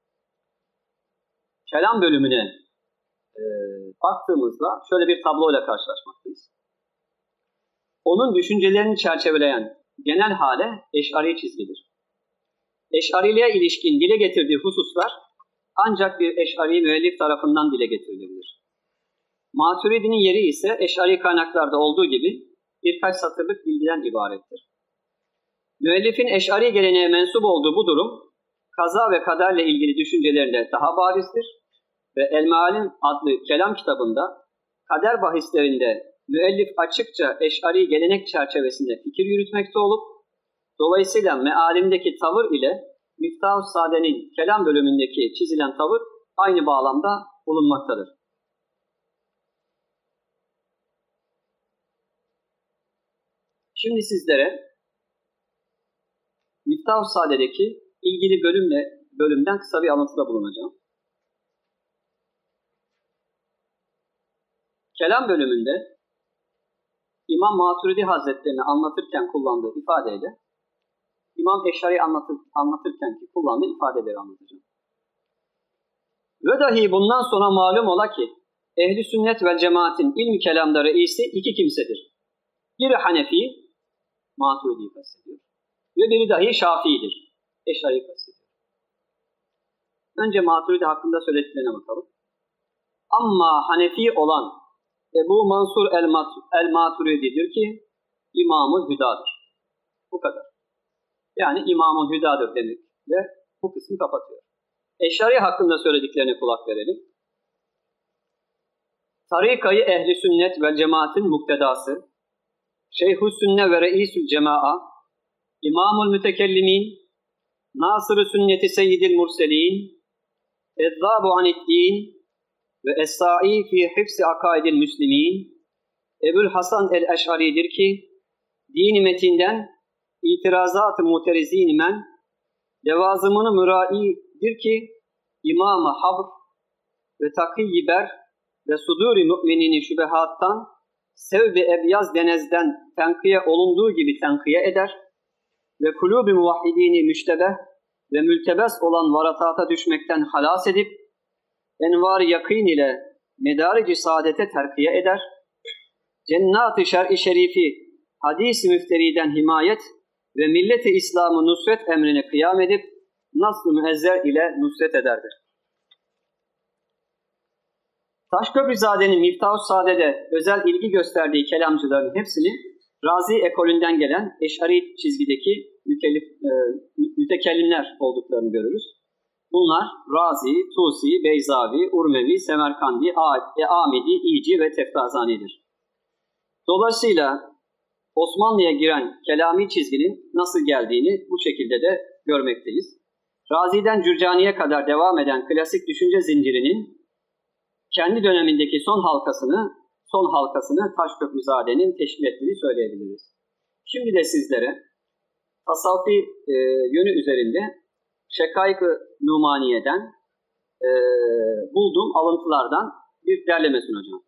kelam bölümüne e, baktığımızda şöyle bir tabloyla karşılaşmaktayız. Onun düşüncelerini çerçeveleyen genel hale eş'ari çizgidir. Eş'ariliğe ilişkin dile getirdiği hususlar ancak bir eş'ari müellif tarafından dile getirilebilir. Maturidi'nin yeri ise eş'ari kaynaklarda olduğu gibi birkaç satırlık bilgiden ibarettir. Müellifin eş'ari geleneğe mensup olduğu bu durum, kaza ve kaderle ilgili düşüncelerinde daha barizdir ve El-Mealim adlı kelam kitabında kader bahislerinde müellif açıkça eş'ari gelenek çerçevesinde fikir yürütmekte olup, dolayısıyla mealimdeki tavır ile Miftah-ı Sade'nin kelam bölümündeki çizilen tavır aynı bağlamda bulunmaktadır. Şimdi sizlere Miftah-ı Sade'deki ilgili bölümle, bölümden kısa bir alıntıda bulunacağım. Kelam bölümünde İmam Maturidi Hazretlerini anlatırken kullandığı ifadeyle İmam Eş'ari anlatır, anlatırken ki kullandığı ifadeleri anlatacağım. Ve dahi bundan sonra malum ola ki Ehl-i Sünnet vel Cemaat'in ilmi kelamda reisi iki kimsedir. Biri Hanefi, Maturidi'yi kastediyor. Ve biri dahi Şafii'dir. Eş'ari'yi kastediyor. Önce Maturidi hakkında söylediklerine bakalım. Ama Hanefi olan Ebu Mansur el-Maturidi'dir ki İmam-ı Hüda'dır. Bu kadar. Yani İmam-ı Hüda'dır demek ve bu kısmı kapatıyor. Eş'ari hakkında söylediklerine kulak verelim. Tarikayı Ehli Sünnet vel Cemaat'in muktedası, Şeyh-ü Sünne ve Reisül Cema'a, İmamul Mütekellimin, Nasır-ı Sünneti Seyyidil Murselin, Ezzâbu Aniddin ve Es-Sa'i fi Hifz-i Akaidil Müslimin, Ebul Hasan el-Eş'ari'dir ki, din-i metinden itirazat-ı muterizîn men, levazımını müraidir ki, İmam-ı Habr ve Takî-i Ber ve Sudur-i Mü'minini şübehattan, Sevb-i Ebyaz denezden tenkiye olunduğu gibi tenkiye eder ve kulûb-i muvahhidini müştebeh ve mültebes olan varatata düşmekten halas edip, envar-ı yakîn ile medâric-i saadete terkiye eder, cennat-ı şer-i şerifi hadis-i müfteriden himayet ve millet-i İslam'ı nusret emrine kıyam edip, nasr-ı müezzer ile nusret ederdir. Taşköprüzade'nin Miftah-ı Sade'de özel ilgi gösterdiği kelamcıların hepsini Razi ekolünden gelen eş'ari çizgideki mükellif, e, mütekellimler olduklarını görürüz. Bunlar Razi, Tusi, Beyzavi, Urmevi, Semerkandi, Amidi, İci ve Teftazani'dir. Dolayısıyla Osmanlı'ya giren kelami çizginin nasıl geldiğini bu şekilde de görmekteyiz. Razi'den Cürcani'ye kadar devam eden klasik düşünce zincirinin kendi dönemindeki son halkasını, son halkasını Taşköprüzade'nin teşkil ettiğini söyleyebiliriz. Şimdi de sizlere tasavvufi e, yönü üzerinde Şekaik-ı Numaniye'den e, bulduğum alıntılardan bir derleme sunacağım.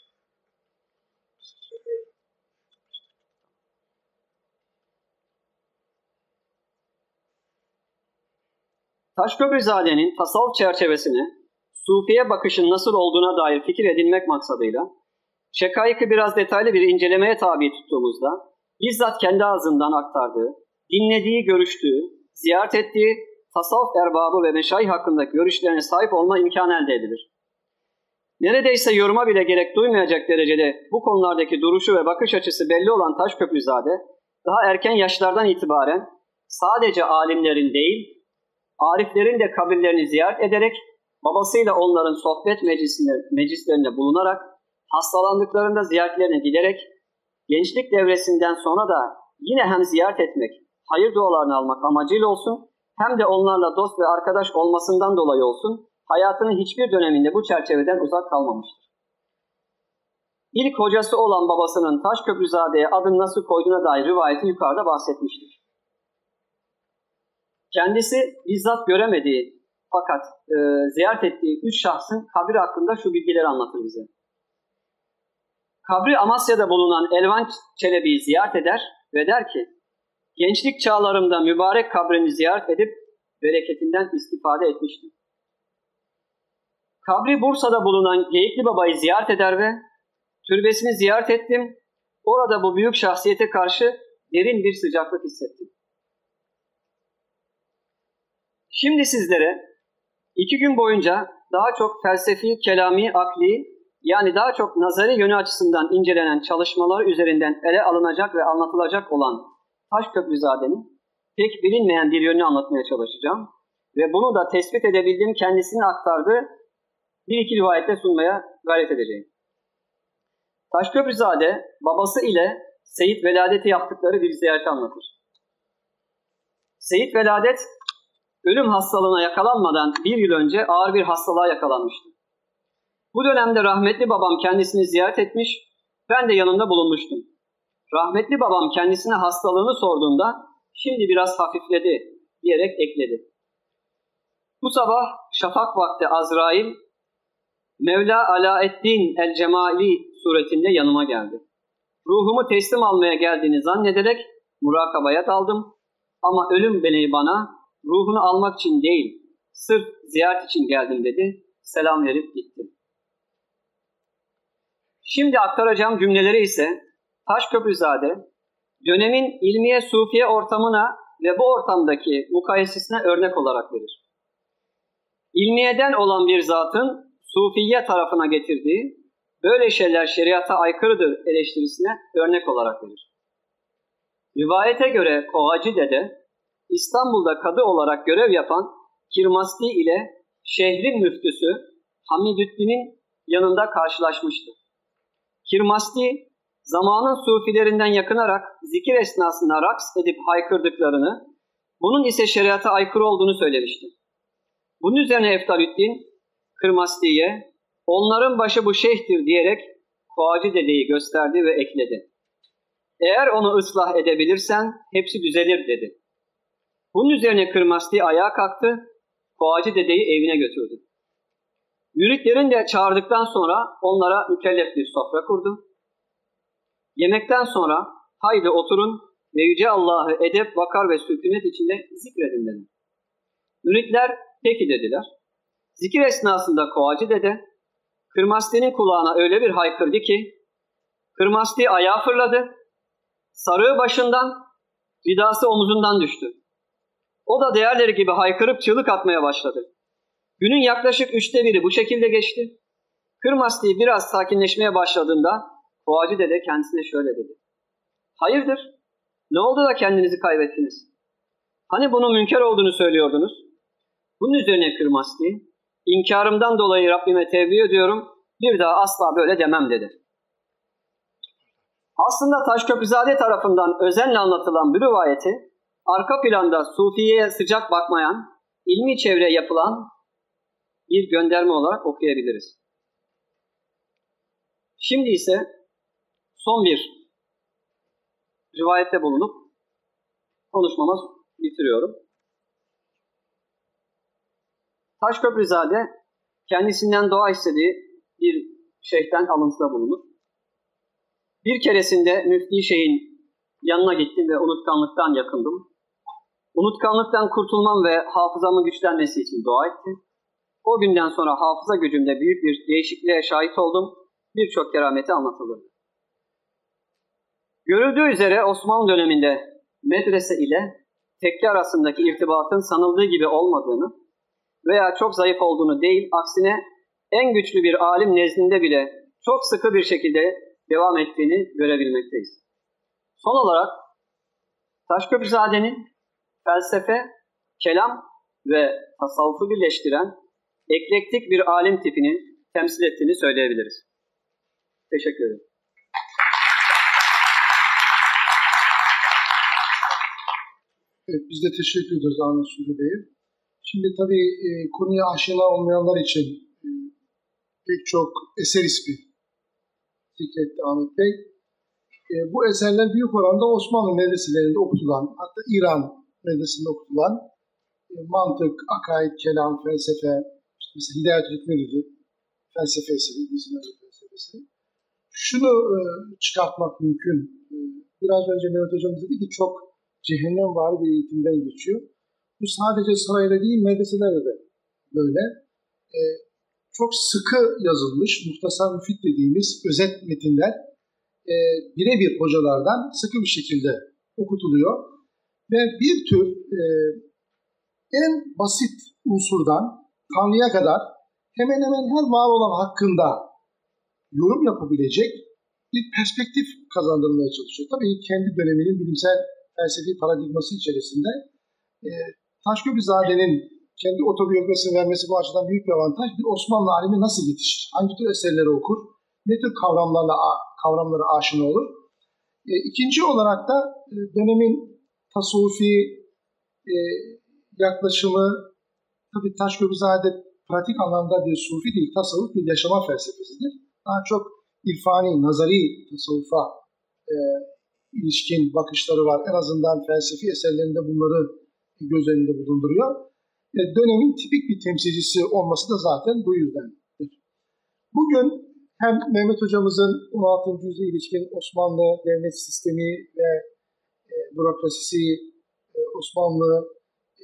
Taşköprüzade'nin tasavvuf çerçevesini, Sufiye bakışın nasıl olduğuna dair fikir edinmek maksadıyla, şekaiki biraz detaylı bir incelemeye tabi tuttuğumuzda, bizzat kendi ağzından aktardığı, dinlediği, görüştüğü, ziyaret ettiği tasavvuf erbabı ve meşayih hakkındaki görüşlerine sahip olma imkanı elde edilir. Neredeyse yoruma bile gerek duymayacak derecede bu konulardaki duruşu ve bakış açısı belli olan Taşköprüzade, daha erken yaşlardan itibaren sadece alimlerin değil, ariflerin de kabirlerini ziyaret ederek, babasıyla onların sohbet meclisinde, meclislerinde bulunarak, hastalandıklarında ziyaretlerine giderek, gençlik devresinden sonra da yine hem ziyaret etmek, hayır dualarını almak amacıyla olsun, hem de onlarla dost ve arkadaş olmasından dolayı olsun, hayatının hiçbir döneminde bu çerçeveden uzak kalmamıştır. İlk hocası olan babasının Taşköprüzade'ye adını nasıl koyduğuna dair rivayeti yukarıda bahsetmiştir. Kendisi bizzat göremediği fakat e, ziyaret ettiği üç şahsın kabri hakkında şu bilgileri anlatır bize. Kabri Amasya'da bulunan Elvan Çelebi'yi ziyaret eder ve der ki, gençlik çağlarımda mübarek kabrini ziyaret edip bereketinden istifade etmiştim. Kabri Bursa'da bulunan Geyikli Baba'yı ziyaret eder ve türbesini ziyaret ettim. Orada bu büyük şahsiyete karşı derin bir sıcaklık hissettim. Şimdi sizlere iki gün boyunca daha çok felsefi, kelami, akli, yani daha çok nazari yönü açısından incelenen çalışmalar üzerinden ele alınacak ve anlatılacak olan Taşköprüzade'nin pek bilinmeyen bir yönünü anlatmaya çalışacağım. Ve bunu da tespit edebildiğim, kendisinin aktardığı bir iki rivayetle sunmaya gayret edeceğim. Taşköprüzade babası ile Seyit Veladet'i yaptıkları bir ziyareti anlatır. Seyit Veladet, ölüm hastalığına yakalanmadan bir yıl önce ağır bir hastalığa yakalanmıştı. Bu dönemde rahmetli babam kendisini ziyaret etmiş, ben de yanında bulunmuştum. Rahmetli babam kendisine hastalığını sorduğunda, şimdi biraz hafifledi diyerek ekledi. Bu sabah şafak vakti Azrail, Mevla Alaeddin el-Cemali suretinde yanıma geldi. Ruhumu teslim almaya geldiğini zannederek murakabaya daldım. Ama ölüm meleği bana, ruhunu almak için değil, sırf ziyaret için geldim dedi, selam verip gitti. Şimdi aktaracağım cümleleri ise Taşköprüzade, dönemin ilmiye sufiye ortamına ve bu ortamdaki mukayesesine örnek olarak verir. İlmiyeden olan bir zatın sufiye tarafına getirdiği, böyle şeyler şeriata aykırıdır eleştirisine örnek olarak verir. Rivayete göre Kovacı Dede, İstanbul'da kadı olarak görev yapan Kirmasti ile şehrin müftüsü Hamidüddin'in yanında karşılaşmıştı. Kirmasti, zamanın sufilerinden yakınarak zikir esnasında raks edip haykırdıklarını, bunun ise şeriata aykırı olduğunu söylemişti. Bunun üzerine Eftalüddin, Kırmasti'ye, onların başı bu şeyhtir diyerek Kovacı Dede'yi gösterdi ve ekledi. Eğer onu ıslah edebilirsen hepsi düzelir dedi. Bunun üzerine Kırmasti ayağa kalktı, Kovacı Dede'yi evine götürdü. Müritlerin de çağırdıktan sonra onlara mükellef bir sofra kurdu. Yemekten sonra haydi oturun ve Yüce Allah'ı edep, vakar ve sükunet içinde zikredin dedi. Müritler peki dediler. Zikir esnasında Kovacı Dede, Kırmasti'nin kulağına öyle bir haykırdı ki, Kırmasti ayağa fırladı, sarığı başından, ridası omuzundan düştü. O da diğerleri gibi haykırıp çığlık atmaya başladı. Günün yaklaşık üçte biri bu şekilde geçti. Kırmasti biraz sakinleşmeye başladığında Kovacı Dede kendisine şöyle dedi. Hayırdır? Ne oldu da kendinizi kaybettiniz? Hani bunun münker olduğunu söylüyordunuz? Bunun üzerine Kırmasti, İnkarımdan dolayı Rabbime tevbe ediyorum, bir daha asla böyle demem dedi. Aslında Taşköprüzade tarafından özenle anlatılan bu rivayeti, arka planda Sufiye'ye sıcak bakmayan, ilmi çevreye yapılan bir gönderme olarak okuyabiliriz. Şimdi ise son bir rivayette bulunup konuşmamı bitiriyorum. Taşköprüzade kendisinden dua istediği bir şeyhten alıntıda bulunur. Bir keresinde Müfti Şeyh'in yanına gittim ve unutkanlıktan yakındım. Unutkanlıktan kurtulmam ve hafızamın güçlenmesi için dua etti. O günden sonra hafıza gücümde büyük bir değişikliğe şahit oldum. Birçok kerameti anlatılır. Görüldüğü üzere Osmanlı döneminde medrese ile tekke arasındaki irtibatın sanıldığı gibi olmadığını veya çok zayıf olduğunu değil, aksine en güçlü bir alim nezdinde bile çok sıkı bir şekilde devam ettiğini görebilmekteyiz. Son olarak Taşköprüzade'nin felsefe, kelam ve tasavvufu birleştiren eklektik bir alim tipini temsil ettiğini söyleyebiliriz. Teşekkür ederim. Evet, biz de teşekkür ediyoruz Ahmet Suri Bey'e. Şimdi tabii e, konuya aşina olmayanlar için e, pek çok eser ismi zikretti Ahmet Bey. E, bu eserler büyük oranda Osmanlı medreselerinde okutulan, hatta İran medresesinde okutulan e, mantık, akaid, kelam, felsefe, işte mesela Hidayet-ül Hikmeti'dir, felsefe eseri, bizim felsefesi. Şunu e, çıkartmak mümkün. E, biraz önce Mehmet Hocamız dedi ki çok cehennemvari bir eğitimden geçiyor. Bu sadece sarayda değil, medreselerde de böyle. E, çok sıkı yazılmış, muhtasar müfit dediğimiz özet metinler e, birebir hocalardan sıkı bir şekilde okutuluyor. Ve bir tür e, en basit unsurdan Tanrı'ya kadar hemen hemen her var olan hakkında yorum yapabilecek bir perspektif kazandırmaya çalışıyor. Tabii kendi döneminin bilimsel felsefi paradigması içerisinde e, Taşköprüzade'nin kendi otobiyografisini vermesi bu açıdan büyük bir avantaj. Bir Osmanlı alimi nasıl yetişir? Hangi tür eserleri okur? Ne tür kavramlarla kavramlara aşina olur? E, ikinci olarak da e, dönemin tasavvufi e, yaklaşımı, tabii Taşköprüzade pratik anlamda bir sufi değil, tasavvuf bir yaşama felsefesidir. Daha çok irfani, nazari tasavvufa e, ilişkin bakışları var. En azından felsefi eserlerinde bunları göz önünde bulunduruyor. E, dönemin tipik bir temsilcisi olması da zaten bu yüzdendir. Bugün hem Mehmet Hocamızın on altıncı yüzyıla ilişkin Osmanlı devlet sistemi ve e, bürokrasisi, e, Osmanlı e,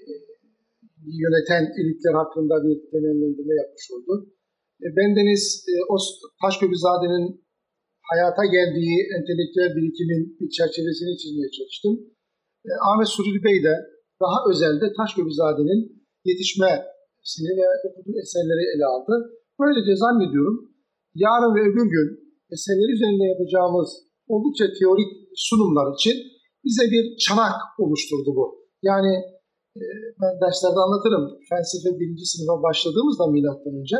yöneten elitler hakkında bir temellendirme yapmış oldu. E, bendeniz e, Taşköprüzade'nin hayata geldiği entelektüel birikimin bir çerçevesini çizmeye çalıştım. E, Ahmet Sururi Bey de daha özelde Taşköprüzade'nin yetişmesini ve okuduğu eserleri ele aldı. Böylece zannediyorum yarın ve öbür gün eserleri üzerinde yapacağımız oldukça teorik sunumlar için bize bir çanak oluşturdu bu. Yani e, ben derslerde anlatırım. Felsefe birinci sınıfa başladığımızda milattan önce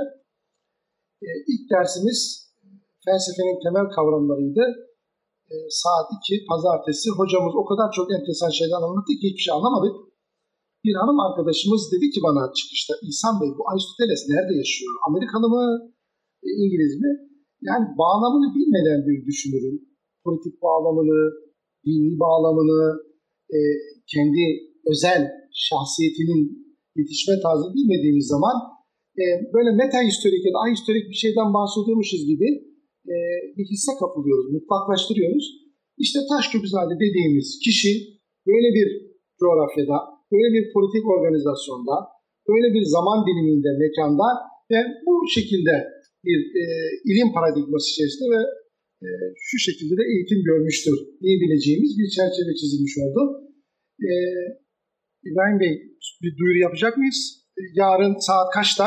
e, ilk dersimiz felsefenin temel kavramlarıydı. E, saat iki, pazartesi. Hocamız o kadar çok enteresan şeyler anlattı ki hiçbir şey anlamadık. Bir hanım arkadaşımız dedi ki bana çıkışta, İhsan Bey bu Aristoteles nerede yaşıyor? Amerikalı mı, e, İngiliz mi? Yani bağlamını bilmeden bir düşünürün, politik bağlamını, dini bağlamını, e, kendi özel şahsiyetinin yetişme tarzını bilmediğimiz zaman e, böyle metahistorik ya da ahistorik bir şeyden bahsediyormuşuz gibi e, bir hisse kapılıyoruz, mutlaklaştırıyoruz. İşte Taşköprüzade dediğimiz kişi böyle bir coğrafyada, böyle bir politik organizasyonda, böyle bir zaman diliminde, mekanda ve bu şekilde bir e, ilim paradigması içerisinde ve e, şu şekilde de eğitim görmüştür diyebileceğimiz bir çerçeve çizilmiş oldu. E, İbrahim Bey bir duyuru yapacak mıyız? E, yarın saat kaçta?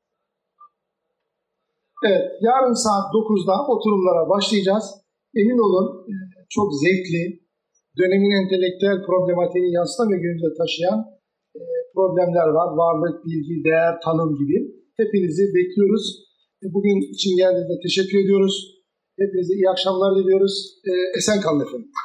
Evet, yarın saat dokuzda oturumlara başlayacağız. Emin olun e, çok zevkli, dönemin entelektüel problematiğini yansıtan ve günümüze taşıyan e, problemler var. Varlık, bilgi, değer, tanım gibi. Hepinizi bekliyoruz. E, bugün için geldiğinizde teşekkür ediyoruz. Hepinize iyi akşamlar diliyoruz. E, esen kalın efendim.